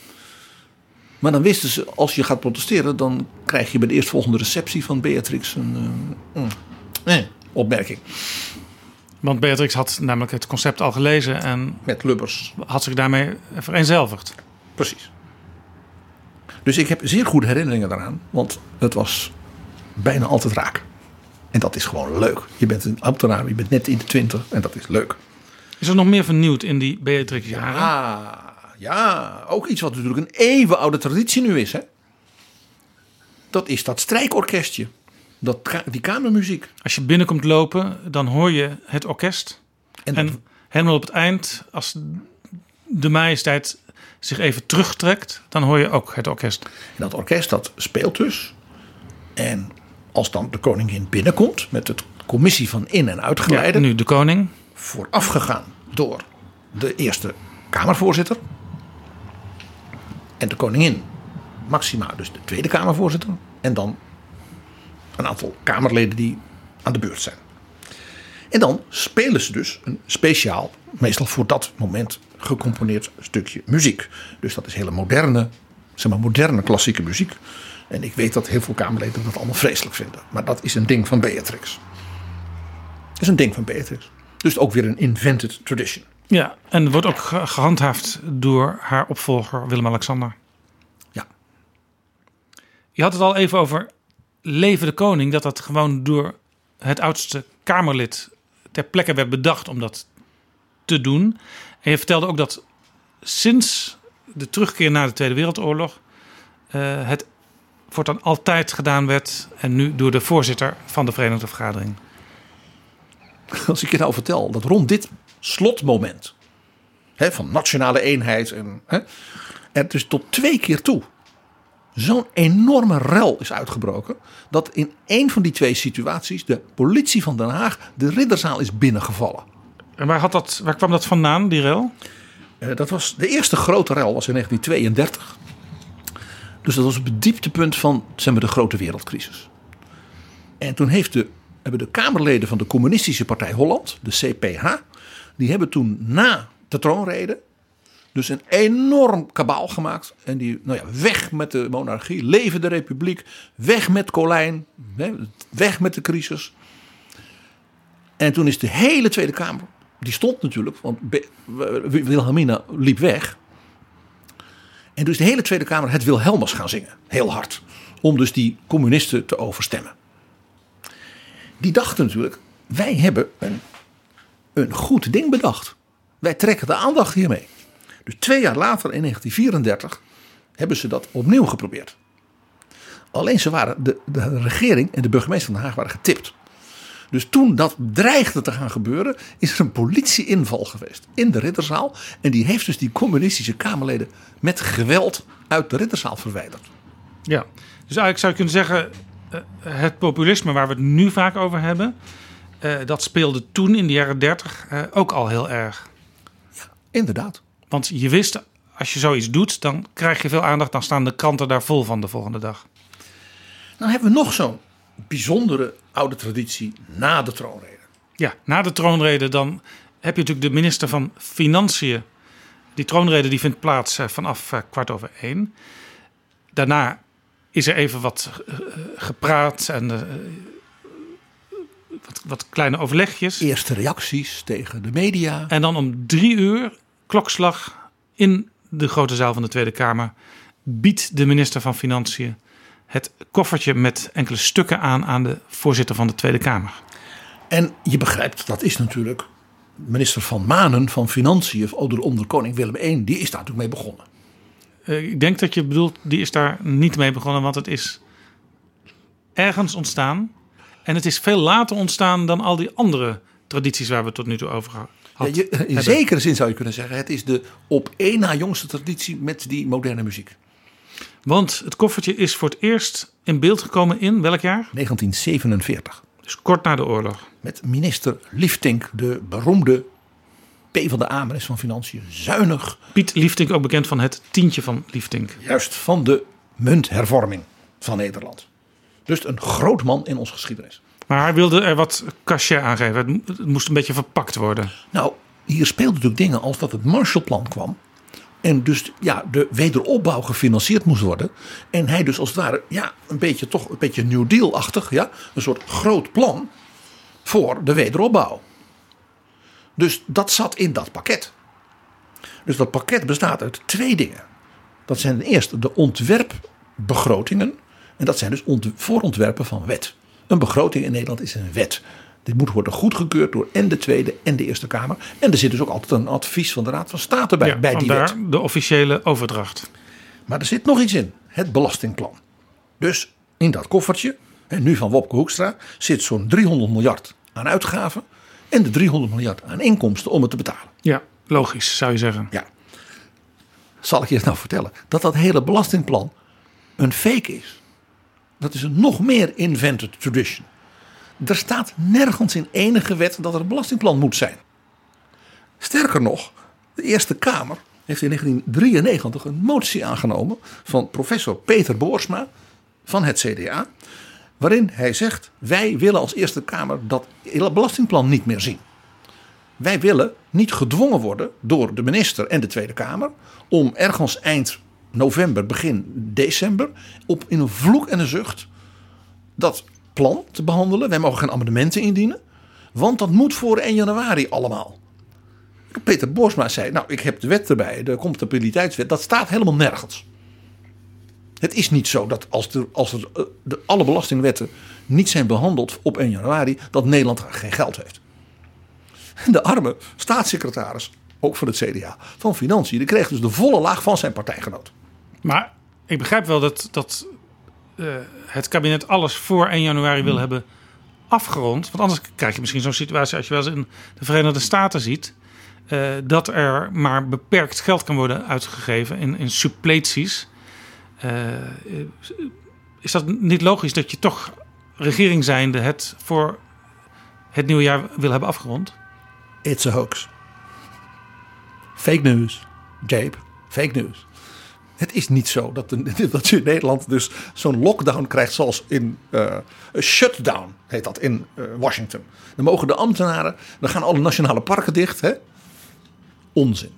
Maar dan wisten ze, als je gaat protesteren... dan krijg je bij de eerstvolgende receptie van Beatrix een uh, mm, eh, opmerking. Want Beatrix had namelijk het concept al gelezen... en met Lubbers had zich daarmee vereenzelvigd. Precies. Dus ik heb zeer goede herinneringen daaraan. Want het was bijna altijd raak. En dat is gewoon leuk. Je bent een ambtenaar, je bent net in de twintig en dat is leuk. Is er nog meer vernieuwd in die Beatrix-jaren? Ja, ja, ook iets wat natuurlijk een eeuwenoude traditie nu is. Hè? Dat is dat strijkorkestje. Dat, die kamermuziek. Als je binnenkomt lopen, dan hoor je het orkest. En, En, en helemaal op het eind, als de majesteit zich even terugtrekt... dan hoor je ook het orkest. En dat orkest dat speelt dus. En als dan de koningin binnenkomt... met de commissie van in- en uitgeleide... Ja, nu de koning. Voorafgegaan door de eerste kamervoorzitter. En de koningin Maxima, dus de tweede kamervoorzitter. En dan een aantal kamerleden die aan de beurt zijn. En dan spelen ze dus een speciaal, meestal voor dat moment gecomponeerd stukje muziek. Dus dat is hele moderne, zeg maar moderne klassieke muziek. En ik weet dat heel veel kamerleden dat allemaal vreselijk vinden. Maar dat is een ding van Beatrix. Dat is een ding van Beatrix. Dus ook weer een invented tradition. Ja, en wordt ook gehandhaafd door haar opvolger Willem-Alexander. Ja. Je had het al even over Leven de Koning. Dat dat gewoon door het oudste Kamerlid ter plekke werd bedacht om dat te doen. En je vertelde ook dat sinds de terugkeer na de Tweede Wereldoorlog... Uh, het voortaan altijd gedaan werd. En nu door de voorzitter van de Verenigde Vergadering. Als ik je nou vertel dat rond dit slotmoment... Hè, van nationale eenheid... En, hè, er dus tot twee keer toe... zo'n enorme rel is uitgebroken... dat in één van die twee situaties... de politie van Den Haag de ridderzaal is binnengevallen. En waar, had dat, waar kwam dat vandaan, die rel? Uh, dat was, de eerste grote rel was in negentien tweeëndertig. Dus dat was op het dieptepunt van zeg maar, de grote wereldcrisis. En toen heeft de, hebben de Kamerleden van de Communistische Partij Holland... de C P H... die hebben toen na de troonrede... dus een enorm kabaal gemaakt. En die, nou ja, weg met de monarchie, leven de republiek... weg met Colijn, weg met de crisis... En toen is de hele Tweede Kamer, die stond natuurlijk, want Wilhelmina liep weg. En dus de hele Tweede Kamer het Wilhelmus gaan zingen, heel hard. Om dus die communisten te overstemmen. Die dachten natuurlijk, wij hebben een, een goed ding bedacht. Wij trekken de aandacht hiermee. Dus twee jaar later, in negentien vierendertig, hebben ze dat opnieuw geprobeerd. Alleen ze waren, de, de regering en de burgemeester van Den Haag waren getipt. Dus toen dat dreigde te gaan gebeuren, is er een politieinval geweest in de ridderzaal. En die heeft dus die communistische Kamerleden met geweld uit de ridderzaal verwijderd. Ja, dus eigenlijk zou je kunnen zeggen, het populisme waar we het nu vaak over hebben, dat speelde toen in de jaren dertig ook al heel erg. Ja, inderdaad. Want je wist, als je zoiets doet, dan krijg je veel aandacht, dan staan de kranten daar vol van de volgende dag. Dan hebben we nog zo'n bijzondere oude traditie na de troonrede. Ja, na de troonrede dan heb je natuurlijk de minister van Financiën. Die troonrede die vindt plaats vanaf kwart over één. Daarna is er even wat gepraat en uh, wat, wat kleine overlegjes. Eerste reacties tegen de media. En dan om drie uur, klokslag in de grote zaal van de Tweede Kamer, biedt de minister van Financiën het koffertje met enkele stukken aan aan de voorzitter van de Tweede Kamer. En je begrijpt, dat is natuurlijk minister Van Manen van Financiën onder, onder koning Willem de Eerste. Die is daar natuurlijk mee begonnen. Uh, ik denk dat je bedoelt, die is daar niet mee begonnen, want het is ergens ontstaan. En het is veel later ontstaan dan al die andere tradities waar we tot nu toe over gehad ja, je, in hebben. Zekere zin zou je kunnen zeggen, het is de op één na jongste traditie met die moderne muziek. Want het koffertje is voor het eerst in beeld gekomen in welk jaar? negentien zevenenveertig. Dus kort na de oorlog. Met minister Liefdink, de beroemde PvdA-minister van Financiën, zuinig. Piet Liefdink, ook bekend van het tientje van Liefdink. Juist, van de munthervorming van Nederland. Dus een groot man in onze geschiedenis. Maar hij wilde er wat cachet aan geven. Het moest een beetje verpakt worden. Nou, hier speelden natuurlijk dingen als dat het Marshallplan kwam. En dus ja, de wederopbouw gefinancierd moest worden. En hij dus als het ware ja, een beetje toch een beetje New Deal-achtig. Ja, een soort groot plan voor de wederopbouw. Dus dat zat in dat pakket. Dus dat pakket bestaat uit twee dingen. Dat zijn ten eerste de ontwerpbegrotingen. En dat zijn dus ont- voorontwerpen van wet. Een begroting in Nederland is een wet. Dit moet worden goedgekeurd door en de Tweede en de Eerste Kamer. En er zit dus ook altijd een advies van de Raad van State bij, ja, bij die wet. Vandaar de officiële overdracht. Maar er zit nog iets in. Het belastingplan. Dus in dat koffertje, en nu van Wopke Hoekstra, zit zo'n driehonderd miljard aan uitgaven. En de driehonderd miljard aan inkomsten om het te betalen. Ja, logisch zou je zeggen. Ja. Zal ik je het nou vertellen? Dat dat hele belastingplan een fake is. Dat is een nog meer invented tradition. Er staat nergens in enige wet dat er een belastingplan moet zijn. Sterker nog, de Eerste Kamer heeft in negentien drieënnegentig een motie aangenomen van professor Peter Boersma van het C D A. Waarin hij zegt, wij willen als Eerste Kamer dat hele belastingplan niet meer zien. Wij willen niet gedwongen worden door de minister en de Tweede Kamer om ergens eind november, begin december op in een vloek en een zucht dat plan te behandelen. Wij mogen geen amendementen indienen, want dat moet voor één januari allemaal. Peter Boersma zei, nou ik heb de wet erbij, de compatibiliteitswet, dat staat helemaal nergens. Het is niet zo dat als, er, als er, de, alle belastingwetten niet zijn behandeld op één januari, dat Nederland geen geld heeft. De arme staatssecretaris, ook van het C D A, van Financiën, die kreeg dus de volle laag van zijn partijgenoot. Maar ik begrijp wel dat, dat uh, het kabinet alles voor één januari wil hmm. hebben afgerond. Want anders krijg je misschien zo'n situatie als je wel eens in de Verenigde Staten ziet. Uh, dat er maar beperkt geld kan worden uitgegeven in, in suppleties. Uh, is dat niet logisch dat je toch regering zijnde het voor het nieuwe jaar wil hebben afgerond? It's a hoax. Fake news. Jape, fake news. Het is niet zo dat, de, dat je in Nederland dus zo'n lockdown krijgt zoals in uh, een shutdown, heet dat in uh, Washington. Dan mogen de ambtenaren, dan gaan alle nationale parken dicht. Hè? Onzin.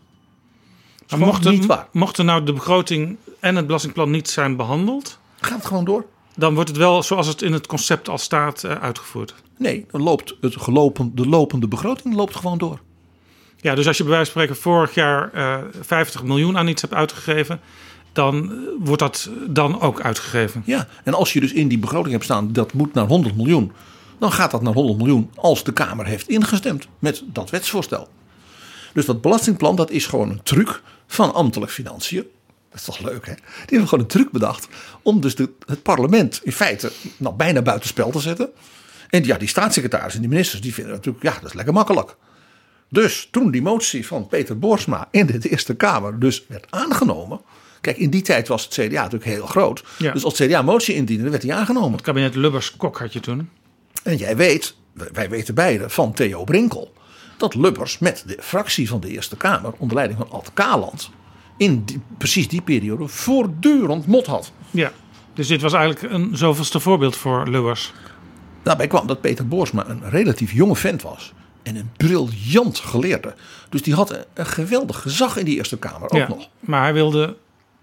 Maar mocht, niet waar. mocht er nou de begroting en het belastingplan niet zijn behandeld, gaat het gewoon door. Dan wordt het wel zoals het in het concept al staat uh, uitgevoerd. Nee, dan loopt het gelopen, de lopende begroting loopt gewoon door. Ja, dus als je bij wijze van spreken vorig jaar uh, vijftig miljoen aan iets hebt uitgegeven, dan uh, wordt dat dan ook uitgegeven. Ja, en als je dus in die begroting hebt staan, dat moet naar honderd miljoen, dan gaat dat naar honderd miljoen als de Kamer heeft ingestemd met dat wetsvoorstel. Dus dat belastingplan, dat is gewoon een truc van ambtelijk financiën. Dat is toch leuk, hè? Die hebben gewoon een truc bedacht om dus de, het parlement in feite nou, bijna buitenspel te zetten. En ja, die staatssecretaris en die ministers, die vinden natuurlijk, ja, dat is lekker makkelijk. Dus toen die motie van Peter Boersma in de Eerste Kamer dus werd aangenomen. Kijk, in die tijd was het C D A natuurlijk heel groot. Ja. Dus als het C D A motie indiende, werd die aangenomen. Het kabinet Lubbers-Kok had je toen. En jij weet, wij weten beide van Theo Brinkel, dat Lubbers met de fractie van de Eerste Kamer onder leiding van Ad Kaland in die, precies die periode voortdurend mot had. Ja, dus dit was eigenlijk een zoveelste voorbeeld voor Lubbers. Daarbij kwam dat Peter Boersma een relatief jonge vent was. En een briljant geleerde. Dus die had een, een geweldig gezag in die Eerste Kamer ook ja, nog. Maar hij wilde,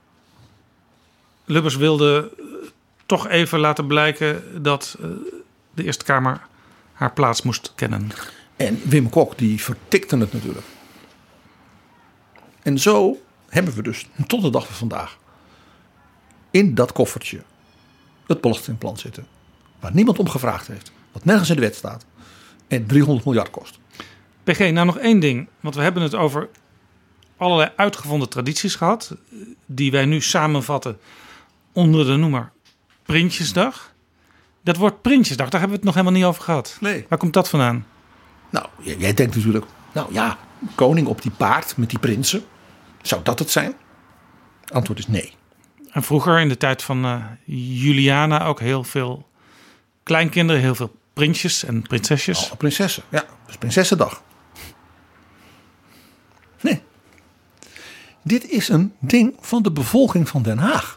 Lubbers wilde toch even laten blijken dat de Eerste Kamer haar plaats moest kennen. En Wim Kok die vertikte het natuurlijk. En zo hebben we dus tot de dag van vandaag in dat koffertje het belastingplan zitten. Waar niemand om gevraagd heeft. Wat nergens in de wet staat. En driehonderd miljard kost. P G, nou nog één ding. Want we hebben het over allerlei uitgevonden tradities gehad. Die wij nu samenvatten onder de noemer Prinsjesdag. Dat woord Prinsjesdag, daar hebben we het nog helemaal niet over gehad. Nee. Waar komt dat vandaan? Nou, jij denkt natuurlijk, nou ja, koning op die paard met die prinsen. Zou dat het zijn? Antwoord is nee. En vroeger in de tijd van uh, Juliana ook heel veel kleinkinderen, heel veel prinsjes en prinsesjes. Oh, prinsessen, ja. Dus Prinsessendag. Nee. Dit is een ding van de bevolking van Den Haag.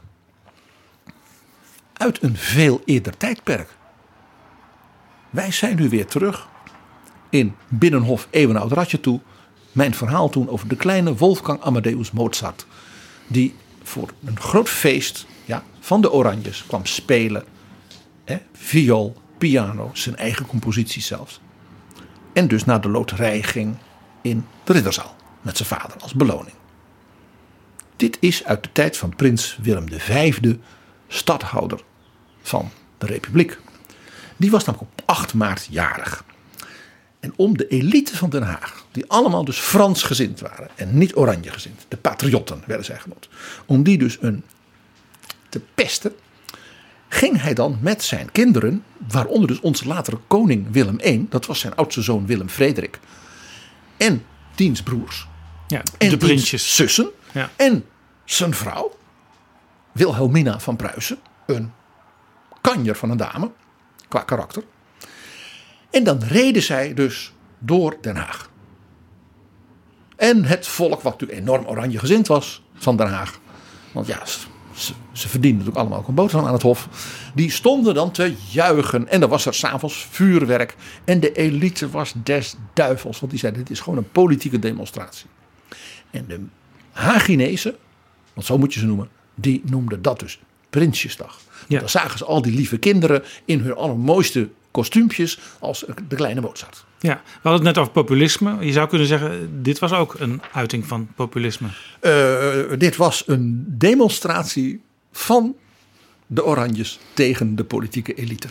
Uit een veel eerder tijdperk. Wij zijn nu weer terug in Binnenhof Eeuwenoud Radje toe. Mijn verhaal toen over de kleine Wolfgang Amadeus Mozart. Die voor een groot feest ja, van de Oranjes kwam spelen. Hè, viool, piano, zijn eigen composities zelfs. En dus naar de loterij ging in de Ridderzaal. Met zijn vader als beloning. Dit is uit de tijd van prins Willem de Vijfde, stadhouder van de Republiek. Die was namelijk op acht maart jarig. En om de elite van Den Haag, die allemaal dus Frans gezind waren en niet oranje gezind, de patriotten werden zij genoemd, om die dus een te pesten, ging hij dan met zijn kinderen, waaronder dus onze latere koning Willem de Eerste, dat was zijn oudste zoon Willem Frederik, en diens broers, ja, en de diens prinsjes, zussen, ja. En zijn vrouw, Wilhelmina van Pruisen, een kanjer van een dame, qua karakter. En dan reden zij dus door Den Haag. En het volk, wat natuurlijk enorm oranje gezind was van Den Haag. Want ja, ze, ze verdienden natuurlijk allemaal ook een boterham aan het hof. Die stonden dan te juichen. En dan was er 's avonds vuurwerk. En de elite was des duivels. Want die zeiden, dit is gewoon een politieke demonstratie. En de Haaginezen, want zo moet je ze noemen, die noemden dat dus Prinsjesdag. Ja. Dan zagen ze al die lieve kinderen in hun allermooiste kostuumpjes als de kleine Mozart. Ja, we hadden het net over populisme. Je zou kunnen zeggen, dit was ook een uiting van populisme. Uh, dit was een demonstratie van de Oranjes tegen de politieke elite.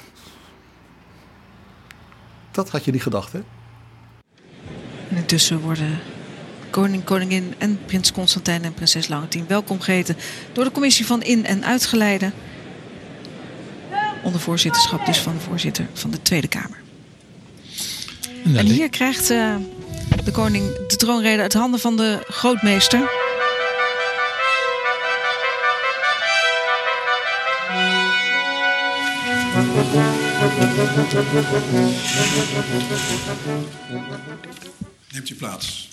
Dat had je niet gedacht, hè? En intussen worden koning, koningin en prins Constantijn en prinses Laurentien welkom geheten door de commissie van in- en uitgeleide. Onder voorzitterschap dus van de voorzitter van de Tweede Kamer. En hier krijgt uh, de koning de troonrede uit handen van de grootmeester. Neemt u plaats.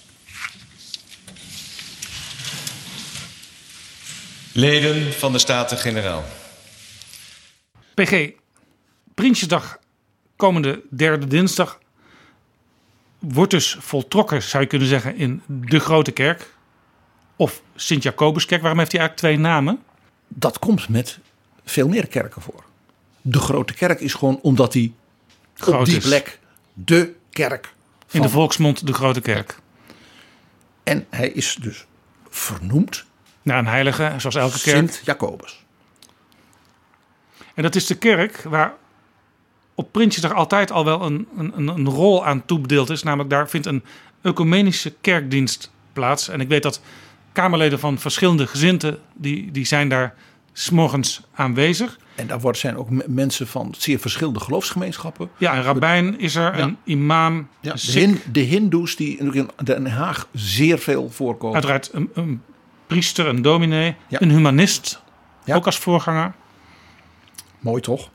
Leden van de Staten-Generaal. P G, Prinsjesdag komende derde dinsdag wordt dus voltrokken, zou je kunnen zeggen, in de Grote Kerk. Of Sint-Jacobuskerk. Waarom heeft hij eigenlijk twee namen? Dat komt met veel meer kerken voor. De Grote Kerk is gewoon omdat die Groot op die is. plek de kerk van... In de volksmond de Grote Kerk. En hij is dus vernoemd naar een heilige, zoals elke kerk. Sint-Jacobus. En dat is de kerk waar op Prinsjesdag altijd al wel een, een, een rol aan toebedeeld is. Namelijk daar vindt een ecumenische kerkdienst plaats. En ik weet dat Kamerleden van verschillende gezindten, die, die zijn daar 's morgens aanwezig. En daar worden zijn ook m- mensen van zeer verschillende geloofsgemeenschappen. Ja, een rabbijn is er, Ja. een imam. Ja, een de, sikh. hin, de hindoes die in Den Haag zeer veel voorkomen. Uiteraard een, een priester, een dominee, Ja. een humanist. Ja. Ook als voorganger. Mooi toch?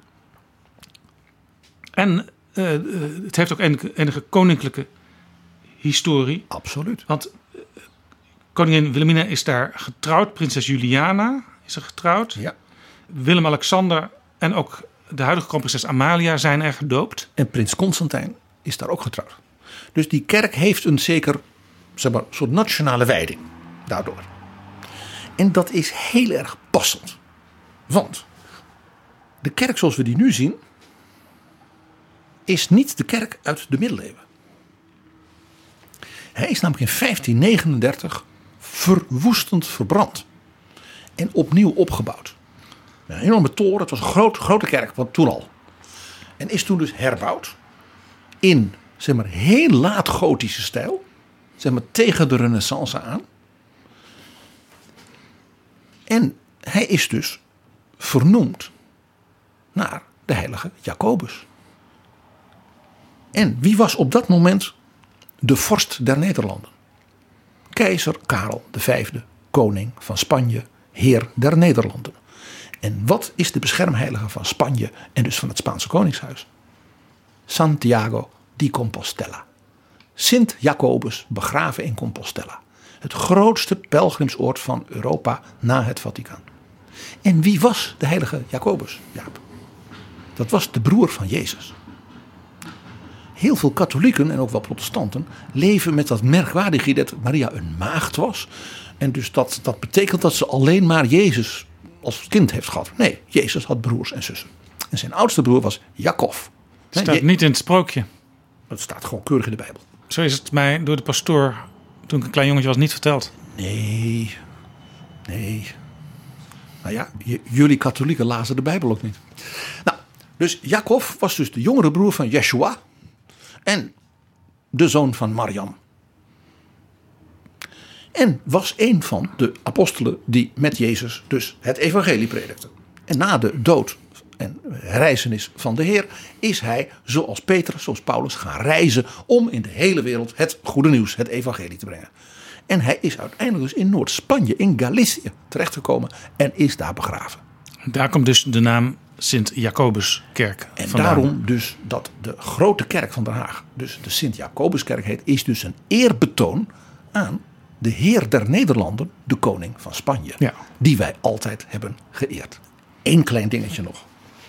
En uh, uh, het heeft ook enige, enige koninklijke historie. Absoluut. Want uh, koningin Wilhelmina is daar getrouwd. Prinses Juliana is er getrouwd. Ja. Willem-Alexander en ook de huidige kroonprinses Amalia zijn er gedoopt. En prins Constantijn is daar ook getrouwd. Dus die kerk heeft een zeker, zeg maar, soort nationale wijding daardoor. En dat is heel erg passend. Want de kerk zoals we die nu zien is niet de kerk uit de middeleeuwen. Hij is namelijk in vijftien negenendertig verwoestend verbrand. En opnieuw opgebouwd. Een enorme toren, het was een groot, grote kerk, want toen al. En is toen dus herbouwd in, zeg maar, heel laat gotische stijl. Zeg maar tegen de Renaissance aan. En hij is dus vernoemd naar de heilige Jacobus. En wie was op dat moment de vorst der Nederlanden? Keizer Karel de Vijfde, koning van Spanje, heer der Nederlanden. En wat is de beschermheilige van Spanje en dus van het Spaanse koningshuis? Santiago di Compostela. Sint Jacobus begraven in Compostela. Het grootste pelgrimsoord van Europa na het Vaticaan. En wie was de heilige Jacobus, Jaap? Dat was de broer van Jezus. Heel veel katholieken en ook wel protestanten leven met dat merkwaardige idee dat Maria een maagd was. En dus dat, dat betekent dat ze alleen maar Jezus als kind heeft gehad. Nee, Jezus had broers en zussen. En zijn oudste broer was Jacob. Het staat niet in het sprookje. Het staat gewoon keurig in de Bijbel. Zo is het mij door de pastoor, toen ik een klein jongetje was, niet verteld. Nee, nee. Nou ja, j- jullie katholieken lazen de Bijbel ook niet. Nou, dus Jacob was dus de jongere broer van Yeshua en de zoon van Mariam. En was een van de apostelen die met Jezus dus het evangelie predikte. En na de dood en reizenis van de Heer is hij, zoals Petrus, zoals Paulus, gaan reizen om in de hele wereld het goede nieuws, het evangelie te brengen. En hij is uiteindelijk dus in Noord-Spanje, in Galicië, terechtgekomen en is daar begraven. Daar komt dus de naam Sint Jacobuskerk En vandaan. daarom dus dat de grote kerk van Den Haag, dus de Sint Jacobuskerk heet, is dus een eerbetoon aan de Heer der Nederlanden, de koning van Spanje. Ja. Die wij altijd hebben geëerd. Eén klein dingetje nog.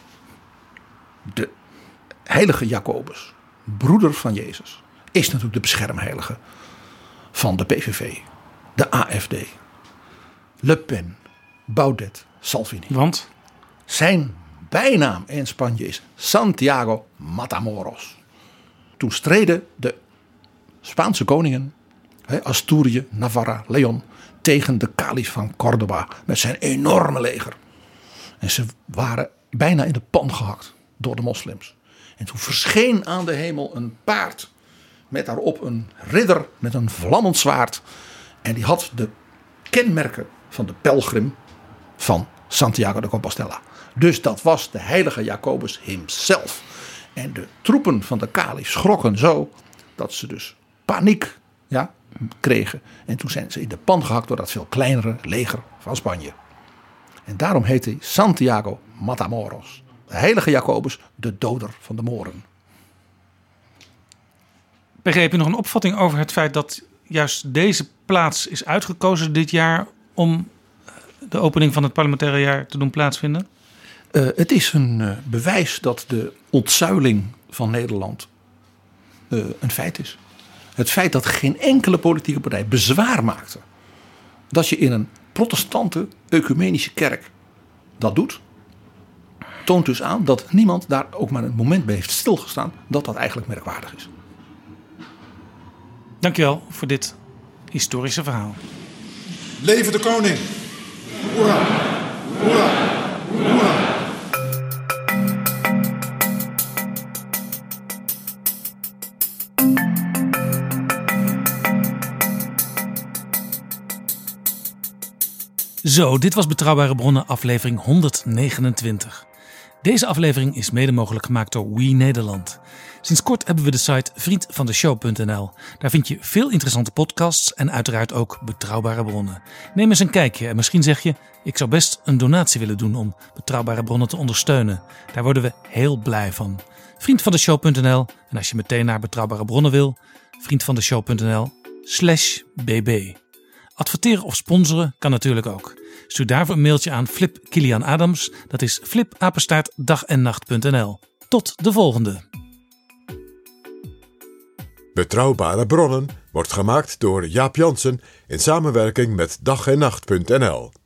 De heilige Jacobus, broeder van Jezus, is natuurlijk de beschermheilige van de P V V, de A F D, Le Pen, Baudet, Salvini. Want? Zijn bijnaam in Spanje is Santiago Matamoros. Toen streden de Spaanse koningen, Asturië, Navarra, Leon, tegen de kalif van Córdoba met zijn enorme leger. En ze waren bijna in de pan gehakt door de moslims. En toen verscheen aan de hemel een paard met daarop een ridder met een vlammend zwaard. En die had de kenmerken van de pelgrim van Santiago de Compostela. Dus dat was de heilige Jacobus himself. En de troepen van de kalif schrokken zo dat ze dus paniek ja, kregen. En toen zijn ze in de pan gehakt door dat veel kleinere leger van Spanje. En daarom heet hij Santiago Matamoros. De heilige Jacobus, de doder van de Moren. P G, heb je nog een opvatting over het feit dat juist deze plaats is uitgekozen dit jaar om de opening van het parlementaire jaar te doen plaatsvinden? Uh, het is een uh, bewijs dat de ontzuiling van Nederland uh, een feit is. Het feit dat geen enkele politieke partij bezwaar maakte dat je in een protestante ecumenische kerk dat doet, toont dus aan dat niemand daar ook maar een moment bij heeft stilgestaan dat dat eigenlijk merkwaardig is. Dankjewel voor dit historische verhaal. Leven de koning! Hoera! Hoera! Hoera! Zo, dit was Betrouwbare Bronnen aflevering honderdnegenentwintig. Deze aflevering is mede mogelijk gemaakt door We Nederland. Sinds kort hebben we de site vriend van de show punt n l. Daar vind je veel interessante podcasts en uiteraard ook betrouwbare bronnen. Neem eens een kijkje en misschien zeg je, ik zou best een donatie willen doen om Betrouwbare Bronnen te ondersteunen. Daar worden we heel blij van. vriend van de show punt n l en als je meteen naar Betrouwbare Bronnen wil, vriend van de show punt n l slash b b. Adverteren of sponsoren kan natuurlijk ook. Stuur daarvoor een mailtje aan Flip Kilian Adams. Dat is flip apenstaart dag en nacht punt n l. Tot de volgende. Betrouwbare Bronnen wordt gemaakt door Jaap Jansen in samenwerking met dag en nacht punt n l.